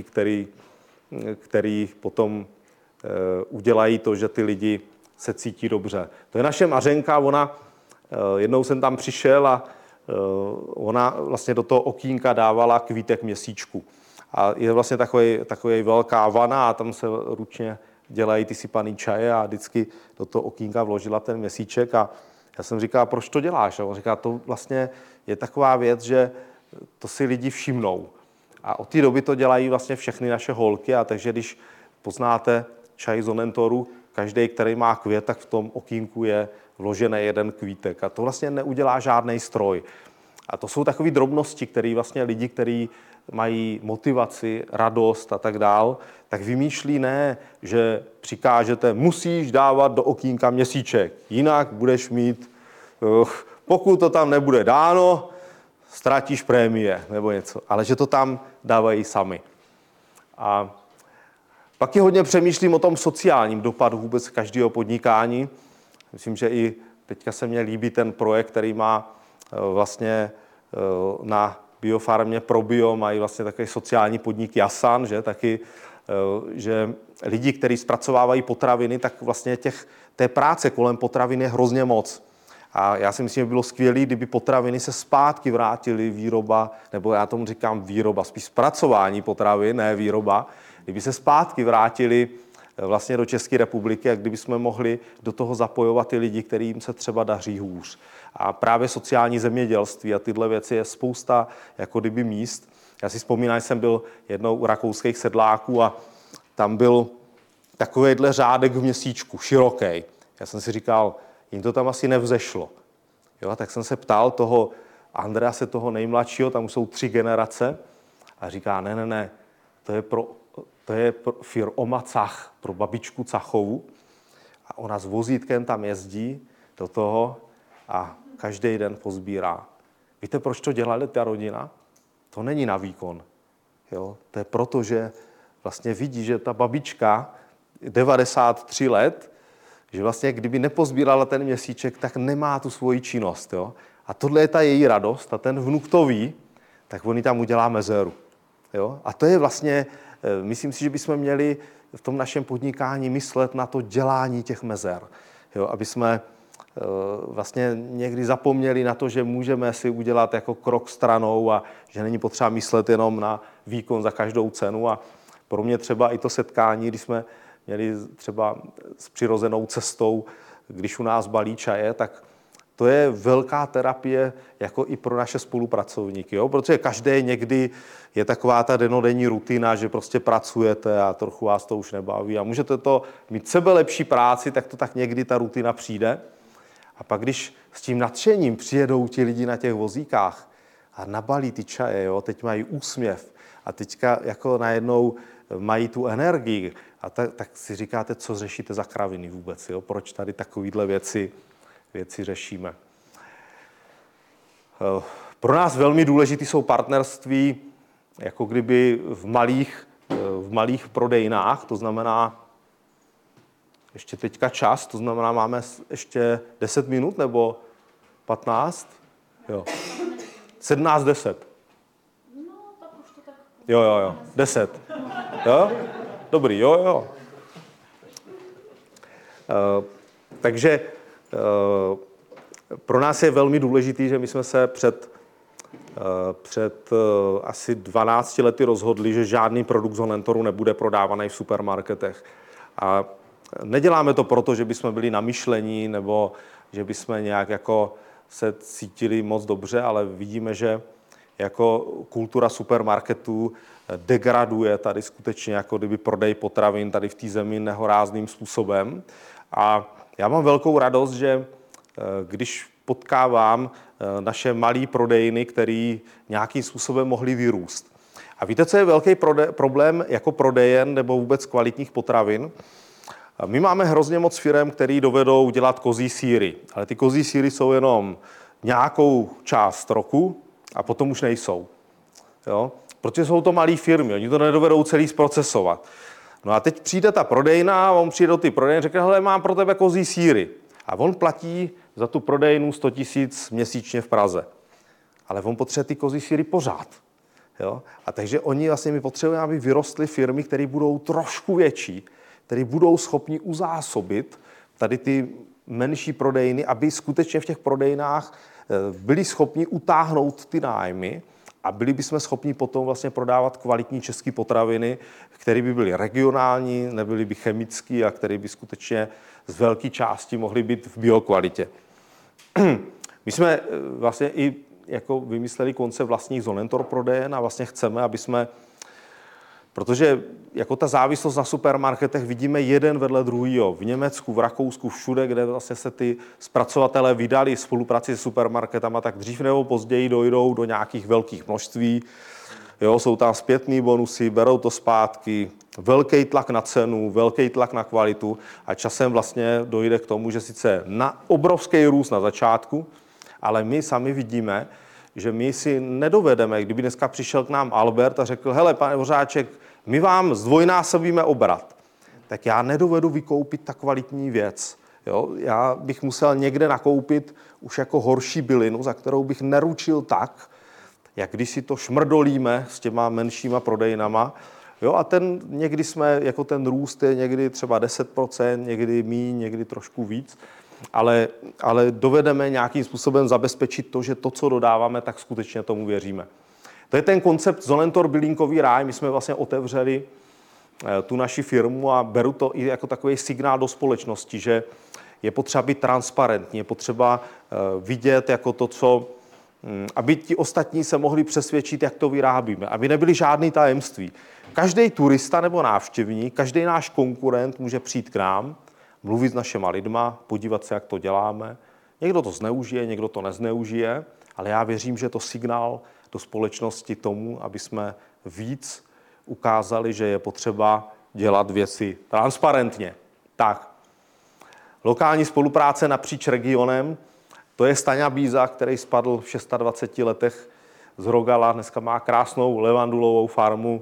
které potom udělají to, že ty lidi se cítí dobře. To je naše Mařenka, jednou jsem tam přišel a ona vlastně do toho okýnka dávala kvítek měsíčku. A je vlastně takový velká vana a tam se ručně dělají ty sypaný čaje a vždycky do toho okýnka vložila ten měsíček a já jsem říkal, proč to děláš? A on říká, to vlastně je taková věc, že to si lidi všimnou. A od té doby to dělají vlastně všechny naše holky a takže když poznáte čaj z Onentoru, každý, který má květ, tak v tom okýnku je vložený jeden kvítek. A to vlastně neudělá žádný stroj. A to jsou takové drobnosti, které vlastně lidi, kteří mají motivaci, radost a tak dál, tak vymýšlí ne, že přikážete, musíš dávat do okýnka měsíček, jinak budeš mít, pokud to tam nebude dáno, ztratíš prémie nebo něco, ale že to tam dávají sami. A pak hodně přemýšlím o tom sociálním dopadu vůbec každého podnikání. Myslím, že i teďka se mně líbí ten projekt, který má vlastně na biofarmě ProBio, mají vlastně takový sociální podnik Jasan, že taky, že lidi, kteří zpracovávají potraviny, tak vlastně té práce kolem potravin je hrozně moc. A já si myslím, že by bylo skvělé, kdyby potraviny se zpátky vrátily výroba, nebo já tomu říkám výroba, spíš zpracování potravin, ne výroba, kdyby se zpátky vrátili vlastně do České republiky a kdyby jsme mohli do toho zapojovat ty lidi, kterým se třeba daří hůř. A právě sociální zemědělství a tyhle věci je spousta jako kdyby míst. Já si vzpomínám, že jsem byl jednou u rakouských sedláků a tam byl takovýhle řádek v měsíčku, široký. Já jsem si říkal, jim to tam asi nevzešlo. Jo, tak jsem se ptal toho Andrease, toho nejmladšího, tam už jsou 3 generace a říká, ne, to je pro firma Cach, pro babičku Cachovu a ona s vozítkem tam jezdí do toho a každý den pozbírá. Víte, proč to dělala ta rodina? To není na výkon. Jo? To je proto, že vlastně vidí, že ta babička 93 let, že vlastně kdyby nepozbírala ten měsíček, tak nemá tu svoji činnost. Jo? A tohle je ta její radost a ten vnuk to ví, tak on tam udělá mezeru. Jo? A to je vlastně, myslím si, že bychom měli v tom našem podnikání myslet na to dělání těch mezer. Jo? Aby jsme vlastně někdy zapomněli na to, že můžeme si udělat jako krok stranou a že není potřeba myslet jenom na výkon za každou cenu. A pro mě třeba i to setkání, když jsme měli třeba s přirozenou cestou, když u nás balí čaje, tak to je velká terapie jako i pro naše spolupracovníky, jo? Protože každý někdy je taková ta denodenní rutina, že prostě pracujete a trochu vás to už nebaví a můžete to mít sebelepší práci, tak to tak někdy ta rutina přijde. A pak, když s tím nadšením přijedou ti lidi na těch vozíkách a nabalí ty čaje, jo? Teď mají úsměv a teďka jako najednou mají tu energii a tak si říkáte, co řešíte za kraviny vůbec, jo? Proč tady takovýhle věci řešíme. Pro nás velmi důležitý jsou partnerství jako kdyby v malých prodejnách, to znamená, ještě teďka čas, to znamená, máme ještě 10 minut nebo 15? Jo. 17:10. No, tak už to tak... Jo. 10. Jo? Dobrý, jo. Takže pro nás je velmi důležitý, že my jsme se před asi 12 lety rozhodli, že žádný produkt Zonentoru nebude prodávaný v supermarketech. A neděláme to proto, že bychom byli namyšlení nebo že bychom nějak jako se cítili moc dobře, ale vidíme, že jako kultura supermarketů degraduje tady skutečně jako kdyby prodej potravin tady v té zemi nehorázným způsobem. A já mám velkou radost, že když potkávám naše malé prodejny, které nějakým způsobem mohly vyrůst. A víte, co je velký problém jako prodejen nebo vůbec kvalitních potravin? My máme hrozně moc firem, které dovedou dělat kozí sýry, ale ty kozí sýry jsou jenom nějakou část roku a potom už nejsou. Jo? Protože jsou to malé firmy, oni to nedovedou celý zprocesovat. No a teď přijde ta prodejna, on přijde do ty prodejny a řekne, hele, mám pro tebe kozí sýry. A on platí za tu prodejnu 100 000 měsíčně v Praze. Ale on potřebuje ty kozí sýry pořád. Jo? A takže my potřebujeme, aby vyrostly firmy, které budou trošku větší, které budou schopni uzásobit tady ty menší prodejny, aby skutečně v těch prodejnách byli schopni utáhnout ty nájmy a byli bychom schopni potom vlastně prodávat kvalitní české potraviny, které by byly regionální, nebyly by chemické a které by skutečně z velké části mohly být v biokvalitě. My jsme vlastně i jako vymysleli koncept vlastních Zonentor prodejen a vlastně chceme, aby jsme, protože jako ta závislost na supermarketech vidíme jeden vedle druhého. V Německu, v Rakousku, všude, kde vlastně se ty zpracovatelé vydali spolupráci s supermarketama, tak dřív nebo později dojdou do nějakých velkých množství. Jo, jsou tam zpětný bonusy, berou to zpátky, velký tlak na cenu, velký tlak na kvalitu a časem vlastně dojde k tomu, že sice na obrovský růst na začátku, ale my sami vidíme, že my si nedovedeme, kdyby dneska přišel k nám Albert a řekl, hele, pane Hořáček, my vám zdvojnásobíme obrat, tak já nedovedu vykoupit tak kvalitní věc. Jo? Já bych musel někde nakoupit už jako horší bylinu, za kterou bych neručil tak, jak když si to šmrdolíme s těma menšíma prodejnama. Jo? A někdy jako ten růst je někdy třeba 10%, někdy míň, někdy trošku víc. Ale dovedeme nějakým způsobem zabezpečit to, že to, co dodáváme, tak skutečně tomu věříme. To je ten koncept Zonentor bylinkový ráj. My jsme vlastně otevřeli tu naši firmu a beru to i jako takový signál do společnosti, že je potřeba být transparentní, je potřeba vidět jako to, co, aby ti ostatní se mohli přesvědčit, jak to vyrábíme, aby nebyly žádný tajemství. Každý turista nebo návštěvník, každý náš konkurent může přijít k nám, mluvit s našima lidma, podívat se, jak to děláme. Někdo to zneužije, někdo to nezneužije, ale já věřím, že je to signál do společnosti tomu, aby jsme víc ukázali, že je potřeba dělat věci transparentně. Tak, lokální spolupráce napříč regionem, to je Staňa Bíza, který spadl v 26 letech z Rogala, dneska má krásnou levandulovou farmu.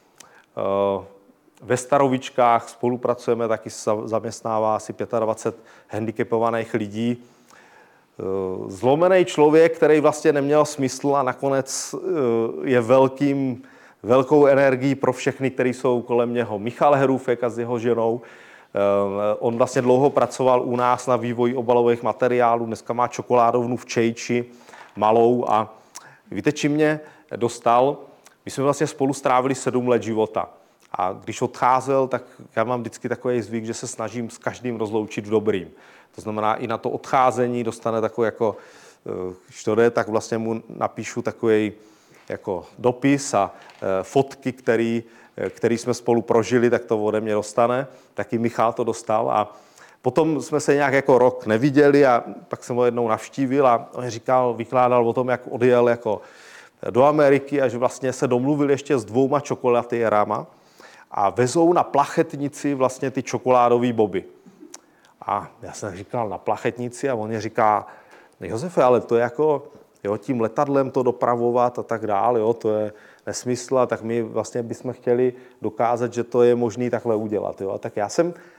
Ve Starovičkách spolupracujeme, taky zaměstnává asi 25 handicapovaných lidí. Zlomený člověk, který vlastně neměl smysl a nakonec je velkou energií pro všechny, kteří jsou kolem něho. Michal Herůfek a s jeho ženou. On vlastně dlouho pracoval u nás na vývoji obalových materiálů. Dneska má čokoládovnu v Čejči, malou. A víte, čím mě dostal? My jsme vlastně spolu strávili 7 let života. A když odcházel, tak já mám vždycky takový zvyk, že se snažím s každým rozloučit v dobrým. To znamená, i na to odcházení dostane takový jako, když to jde, tak vlastně mu napíšu takový jako dopis a fotky, který jsme spolu prožili, tak to ode mě dostane. Taky Michal to dostal a potom jsme se nějak jako rok neviděli a pak jsem ho jednou navštívil a on vykládal o tom, jak odjel jako do Ameriky a že vlastně se domluvil ještě s 2 čokoládérama a vezou na plachetnici vlastně ty čokoládové boby. A já jsem říkal na plachetnici a on mě říká, Josefe, ale to je jako, jo, tím letadlem to dopravovat a tak dále, jo, to je nesmysl, a tak my vlastně bychom chtěli dokázat, že to je možné takhle udělat. Jo. A tak já jsem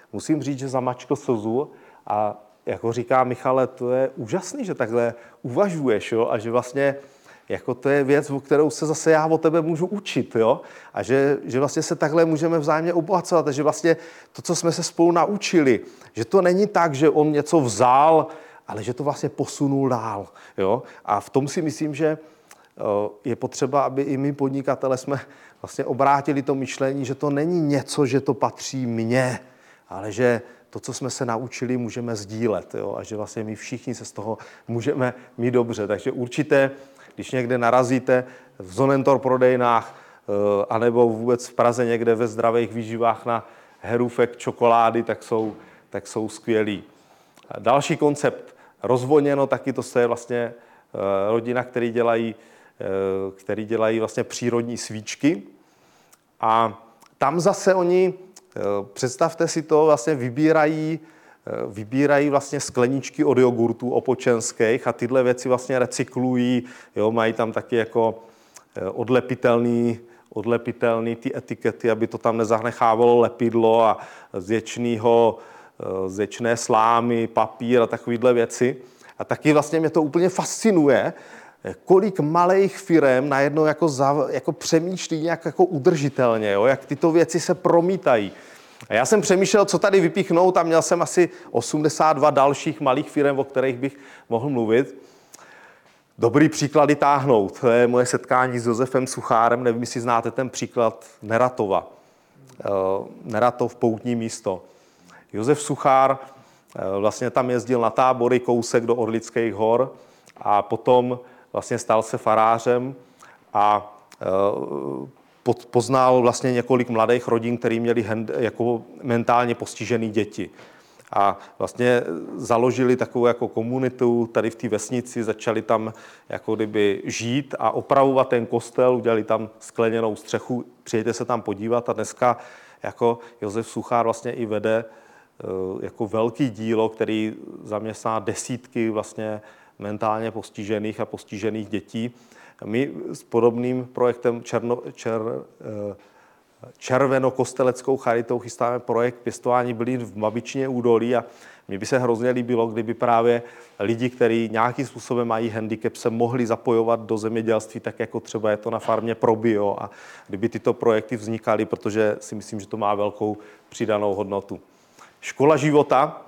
musím říct, že zamačkl slzu a jako říká Michale, to je úžasný, že takhle uvažuješ, jo? A že vlastně jako to je věc, o kterou se zase já o tebe můžu učit, jo? A že vlastně se takhle můžeme vzájemně obohacovat a že vlastně to, co jsme se spolu naučili, že to není tak, že on něco vzal, ale že to vlastně posunul dál, jo? A v tom si myslím, že je potřeba, aby i my podnikatele jsme vlastně obrátili to myšlení, že to není něco, že to patří mně, ale že to, co jsme se naučili, můžeme sdílet, jo? A že vlastně my všichni se z toho můžeme mít dobře. Takže určitě, když někde narazíte v Zonentor prodejnách anebo vůbec v Praze někde ve zdravých výživách na herůfek čokolády, tak jsou skvělí. Další koncept rozvoněno, taky to je vlastně rodina, který dělají vlastně přírodní svíčky. A tam zase oni, představte si to, vlastně vybírají vlastně skleničky od jogurtů opočenských a tyhle věci vlastně recyklují, jo, mají tam taky jako odlepitelný ty etikety, aby to tam nezanechávalo lepidlo a z věčné slámy, papír a takovýhle věci. A taky vlastně mě to úplně fascinuje, kolik malých firem najednou jako přemýšlí nějak jako udržitelně, jo, jak tyto věci se promítají. A já jsem přemýšlel, co tady vypíchnout a měl jsem asi 82 dalších malých firem, o kterých bych mohl mluvit. Dobrý příklady táhnout. To je moje setkání s Josefem Suchárem, nevím, jestli znáte ten příklad Neratova. Neratov, poutní místo. Josef Suchár vlastně tam jezdil na tábory kousek do Orlických hor a potom vlastně stal se farářem a poznal vlastně několik mladých rodin, který měli jako mentálně postižený děti. A vlastně založili takovou jako komunitu tady v té vesnici, začali tam jako kdyby žít a opravovat ten kostel, udělali tam skleněnou střechu, přijďte se tam podívat a dneska jako Josef Suchár vlastně i vede jako velký dílo, který zaměstná desítky vlastně mentálně postižených a postižených dětí. My s podobným projektem Červenokosteleckou charitou chystáme projekt pěstování bylin v Babičině údolí a mně by se hrozně líbilo, kdyby právě lidi, kteří nějakým způsobem mají handicap, se mohli zapojovat do zemědělství, tak jako třeba je to na farmě Probio a kdyby tyto projekty vznikaly, protože si myslím, že to má přidanou hodnotu. Škola života.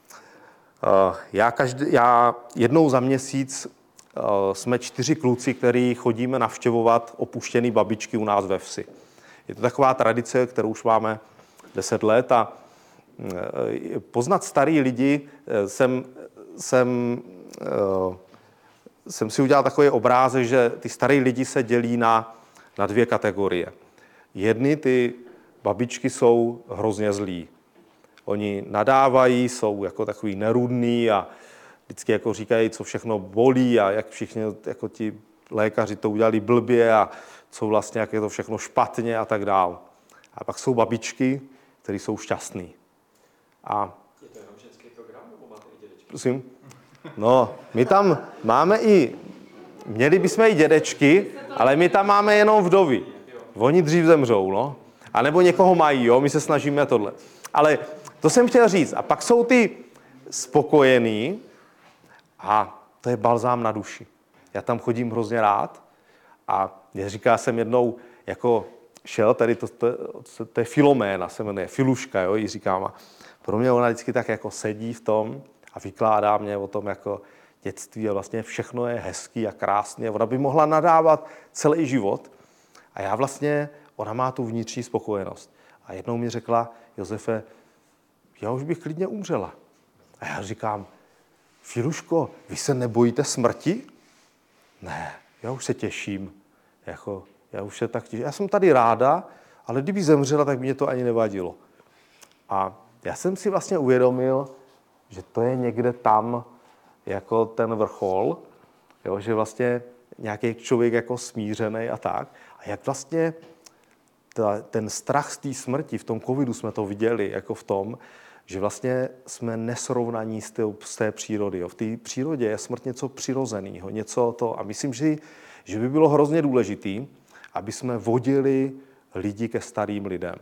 Já jednou za měsíc jsme 4 kluci, kteří chodíme navštěvovat opuštěné babičky u nás ve vsi. Je to taková tradice, kterou už máme 10 let a poznat starý lidi jsem si udělal takový obrázek, že ty starý lidi se dělí na 2 kategorie. Jedny ty babičky jsou hrozně zlí. Oni nadávají, jsou jako takový nerudný a vždycky jako říkají, co všechno bolí a jak všichni jako ti lékaři to udělali blbě a co vlastně, jak je to všechno špatně a tak dál. A pak jsou babičky, které jsou šťastný. A je to jenom ženský program, nebo máte i dědečky? Prosím? No, my tam máme měli bychom i dědečky, ale my tam máme jenom vdovy. Oni dřív zemřou, no. A nebo někoho mají, jo, my se snažíme tohle. Ale to jsem chtěl říct. A pak jsou ty spokojený a to je balzám na duši. Já tam chodím hrozně rád a já jsem jednou, jako šel, tady to je Filoména, se jmenuje, Filuška, jo, jí říkám. A pro mě ona vždycky tak jako sedí v tom a vykládá mě o tom jako dětství a vlastně všechno je hezký a krásný. Ona by mohla nadávat celý život a já vlastně, ona má tu vnitřní spokojenost. A jednou mi řekla, Josefe, já už bych klidně umřela. A já říkám, Filuško, vy se nebojíte smrti? Ne, já už se těším. Já už se tak těším. Já jsem tady ráda, ale kdyby zemřela, tak by mě to ani nevadilo. A já jsem si vlastně uvědomil, že to je někde tam jako ten vrchol, jo, že vlastně nějaký člověk jako smířený a tak. A jak vlastně ten strach z té smrti, v tom covidu jsme to viděli, jako v tom, že vlastně jsme nesrovnaní z té přírody. Jo. V té přírodě je smrt něco přirozeného, něco to. A myslím, že by bylo hrozně důležité, aby jsme vodili lidi ke starým lidem.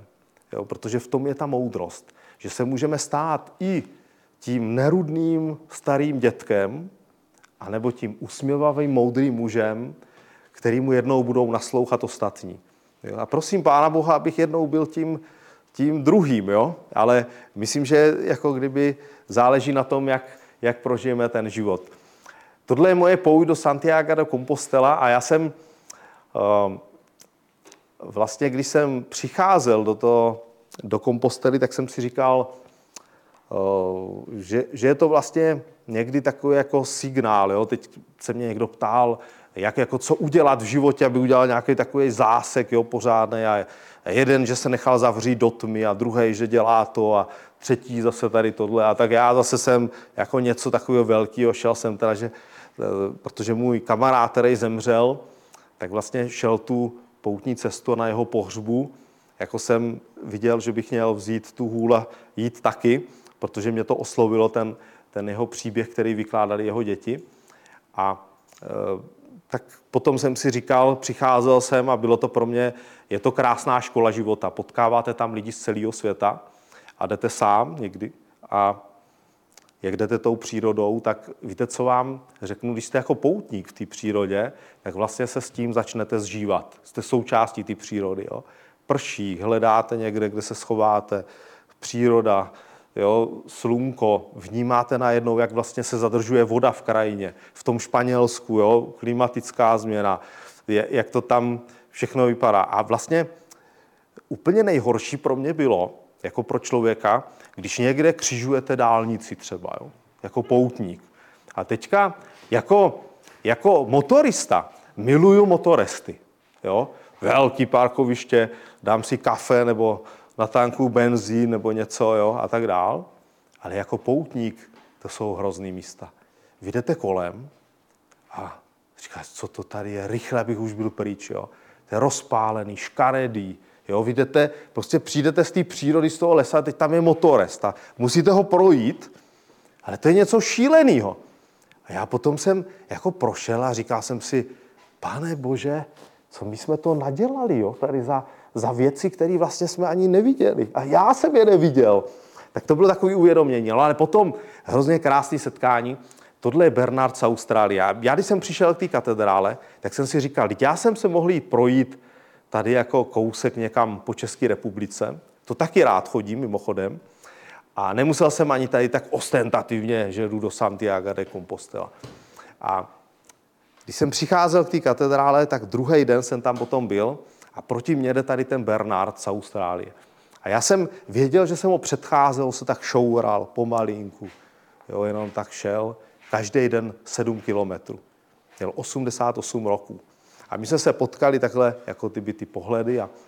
Jo? Protože v tom je ta moudrost, že se můžeme stát i tím nerudným starým dětkem, anebo tím usměvavým, moudrým mužem, kterýmu jednou budou naslouchat ostatní. Jo? A prosím Pána Boha, abych jednou byl tím druhým, jo? Ale myslím, že jako kdyby záleží na tom, jak prožijeme ten život. Tohle je moje pouť do Santiago de Compostela a já jsem vlastně, když jsem přicházel do Compostely, tak jsem si říkal, že je to vlastně někdy takový jako signál. Jo? Teď se mě někdo ptal, co udělat v životě, aby udělal nějaký takový zásek, jo, pořádný. A jeden, že se nechal zavřít do tmy a druhý, že dělá to a třetí zase tady tohle. A tak já zase jsem jako něco takového velkého šel jsem teda, protože můj kamarád, který zemřel, tak vlastně šel tu poutní cestu na jeho pohřbu. Jako jsem viděl, že bych měl vzít tu hůl a jít taky, protože mě to oslovilo, ten jeho příběh, který vykládali jeho děti. A tak potom jsem si říkal, přicházel jsem a bylo to pro mě, je to krásná škola života. Potkáváte tam lidi z celého světa a jdete sám někdy a jak jdete tou přírodou, tak víte, co vám řeknu, když jste jako poutník v té přírodě, tak vlastně se s tím začnete zžívat. Jste součástí té přírody. Jo? Prší, hledáte někde, kde se schováte, příroda, jo, slunko, vnímáte najednou, jak vlastně se zadržuje voda v krajině. V tom Španělsku, jo, klimatická změna, jak to tam všechno vypadá. A vlastně úplně nejhorší pro mě bylo, jako pro člověka, když někde křižujete dálnici třeba, jo, jako poutník. A teďka jako motorista miluju motoresty. Jo. Velký parkoviště, dám si kafe nebo natankuju benzín nebo něco, jo, a tak dál. Ale jako poutník to jsou hrozný místa. Vy jdete kolem a říkáte, co to tady je, rychle bych už byl pryč, jo. To je rozpálený, škaredý, jo. Vy jdete, prostě přijdete z té přírody, z toho lesa, teď tam je motorest a musíte ho projít, ale to je něco šílenýho. A já potom jsem jako prošel a říkal jsem si, Pane Bože, co my jsme to nadělali, jo, tady za věci, které vlastně jsme ani neviděli. A já jsem je neviděl. Tak to bylo takové uvědomění. No, ale potom hrozně krásné setkání. Tohle je Bernard z Austrálie. Já když jsem přišel k té katedrále, tak jsem si říkal, já jsem se mohl jít projít tady jako kousek někam po České republice. To taky rád chodím, mimochodem. A nemusel jsem ani tady tak ostentativně, že jdu do Santiago de Compostela. A když jsem přicházel k té katedrále, tak druhý den jsem tam potom byl a proti mě jde tady ten Bernard z Austrálie. A já jsem věděl, že jsem ho předcházel, se tak šoural pomalinku, jo, jenom tak šel, každý den 7 kilometrů. Měl 88 roků. A my jsme se potkali takhle, jako ty pohledy a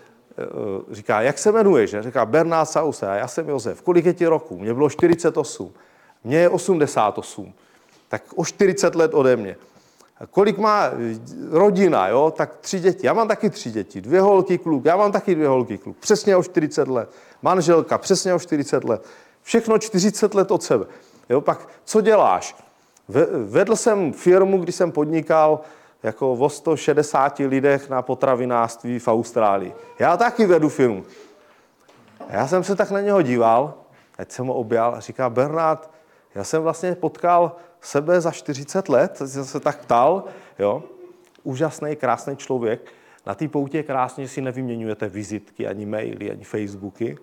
říká, jak se jmenuješ? Říká, Bernard z Austrálie, já jsem Josef. Kolik je ti roků? Mně bylo 48. Mně je 88. Tak o 40 let ode mě. Kolik má rodina, jo? Tak 3 děti. Já mám taky 3 děti. 2 holky, kluk. Já mám taky 2 holky, kluk. Přesně o 40 let. Manželka, přesně o 40 let. Všechno 40 let od sebe. Jo? Pak co děláš? Vedl jsem firmu, když jsem podnikal jako o 160 lidech na potravinářství v Austrálii. Já taky vedu firmu. A já jsem se tak na něho díval, ať jsem ho objal a říká, Bernard, já jsem vlastně potkal sebe za 40 let, jsem se tak ptal, jo, úžasný, krásný člověk. Na té poutě je krásně, že si nevyměňujete vizitky, ani maily, ani facebooky.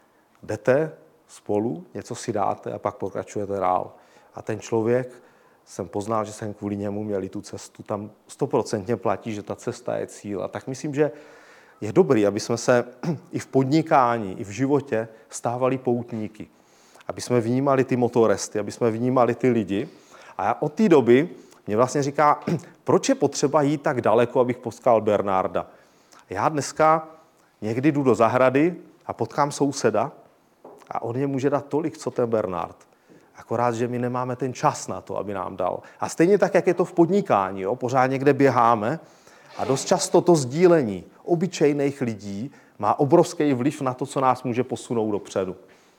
Jdete spolu, něco si dáte a pak pokračujete dál. A ten člověk, jsem poznal, že jsem kvůli němu měl i tu cestu. Tam 100% platí, že ta cesta je cíl. A tak myslím, že je dobrý, aby jsme se i v podnikání, i v životě stávali poutníky. Aby jsme vnímali ty motoresty, aby jsme vnímali ty lidi. A od té doby mě vlastně říká, proč je potřeba jít tak daleko, abych potkal Bernarda. Já dneska někdy jdu do zahrady a potkám souseda a on mě může dát tolik, co ten Bernard. Akorát, že my nemáme ten čas na to, aby nám dal. A stejně tak, jak je to v podnikání, jo? Pořád někde běháme a dost často to sdílení obyčejných lidí má obrovský vliv na to, co nás může posunout dopředu.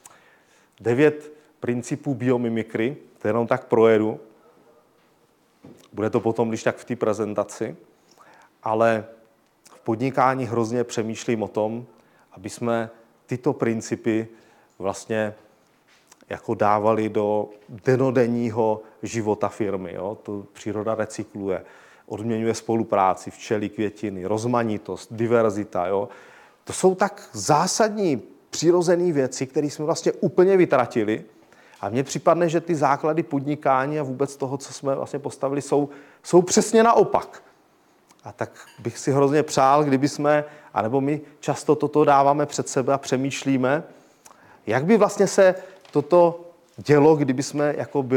9 principů biomimikry, to jenom tak projedu. Bude to potom, když tak v té prezentaci. Ale v podnikání hrozně přemýšlím o tom, aby jsme tyto principy vlastně jako dávali do denodenního života firmy. Jo? To příroda recykluje, odměňuje spolupráci, včely, květiny, rozmanitost, diverzita. Jo? To jsou tak zásadní přirozené věci, které jsme vlastně úplně vytratili. A mně připadne, že ty základy podnikání a vůbec toho, co jsme vlastně postavili, jsou přesně naopak. A tak bych si hrozně přál, kdyby jsme, anebo my často toto dáváme před sebe a přemýšlíme, jak by vlastně se toto dělo, kdyby jsme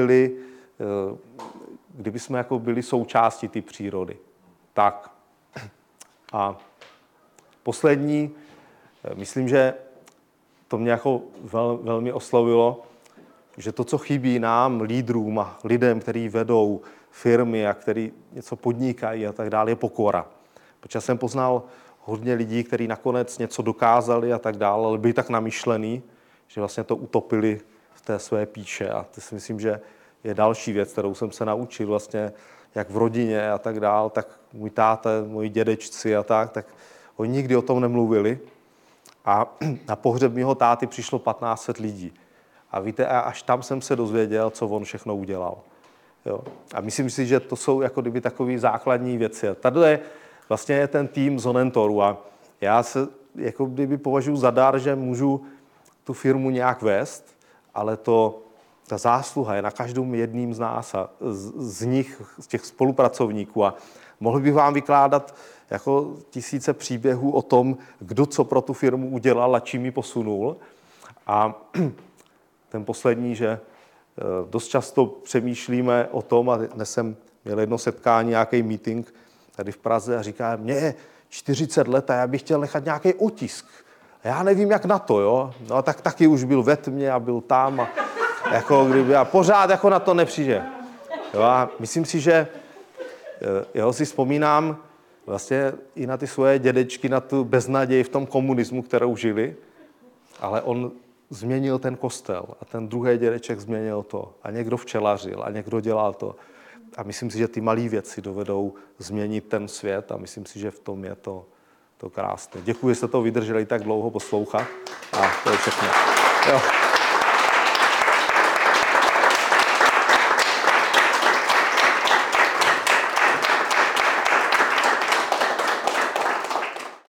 jako byli součástí té přírody. Tak. A poslední, myslím, že to mě jako velmi oslovilo, že to, co chybí nám, lídrům a lidem, kteří vedou firmy a kteří něco podnikají a tak dále, je pokora. Protože jsem poznal hodně lidí, kteří nakonec něco dokázali a tak dále, ale byli tak namyšlení, že vlastně to utopili v té své píše. A to si myslím, že je další věc, kterou jsem se naučil vlastně, jak v rodině a tak dále, tak můj táta, moji dědečci a tak oni nikdy o tom nemluvili. A na pohřeb mého táty přišlo 1500 lidí. A víte, až tam jsem se dozvěděl, co on všechno udělal. Jo. A myslím si, že to jsou jako kdyby takové základní věci. A tady je vlastně ten tým Zonentoru a já se jako kdyby považuji za dar, že můžu tu firmu nějak vést, ale ta zásluha je na každém jedním z nás a z nich, z těch spolupracovníků. A mohl bych vám vykládat jako tisíce příběhů o tom, kdo co pro tu firmu udělal a čím ji posunul. A ten poslední, že dost často přemýšlíme o tom, a dnes jsem měl jedno setkání, nějaký meeting tady v Praze a říká, mně je 40 let a já bych chtěl nechat nějaký otisk. A já nevím, jak na to, jo. No a tak taky už byl ve tmě a byl tam a jako kdyby a pořád jako na to nepřijde. Jo, a myslím si, že si vzpomínám vlastně i na ty svoje dědečky, na tu beznaděj v tom komunismu, kterou žili, ale on změnil ten kostel a ten druhý dědeček změnil to a někdo včelařil a někdo dělal to. A myslím si, že ty malé věci dovedou změnit ten svět a myslím si, že v tom je to krásné. Děkuji, že jste to vydrželi tak dlouho poslouchat a to je všechno. Jo.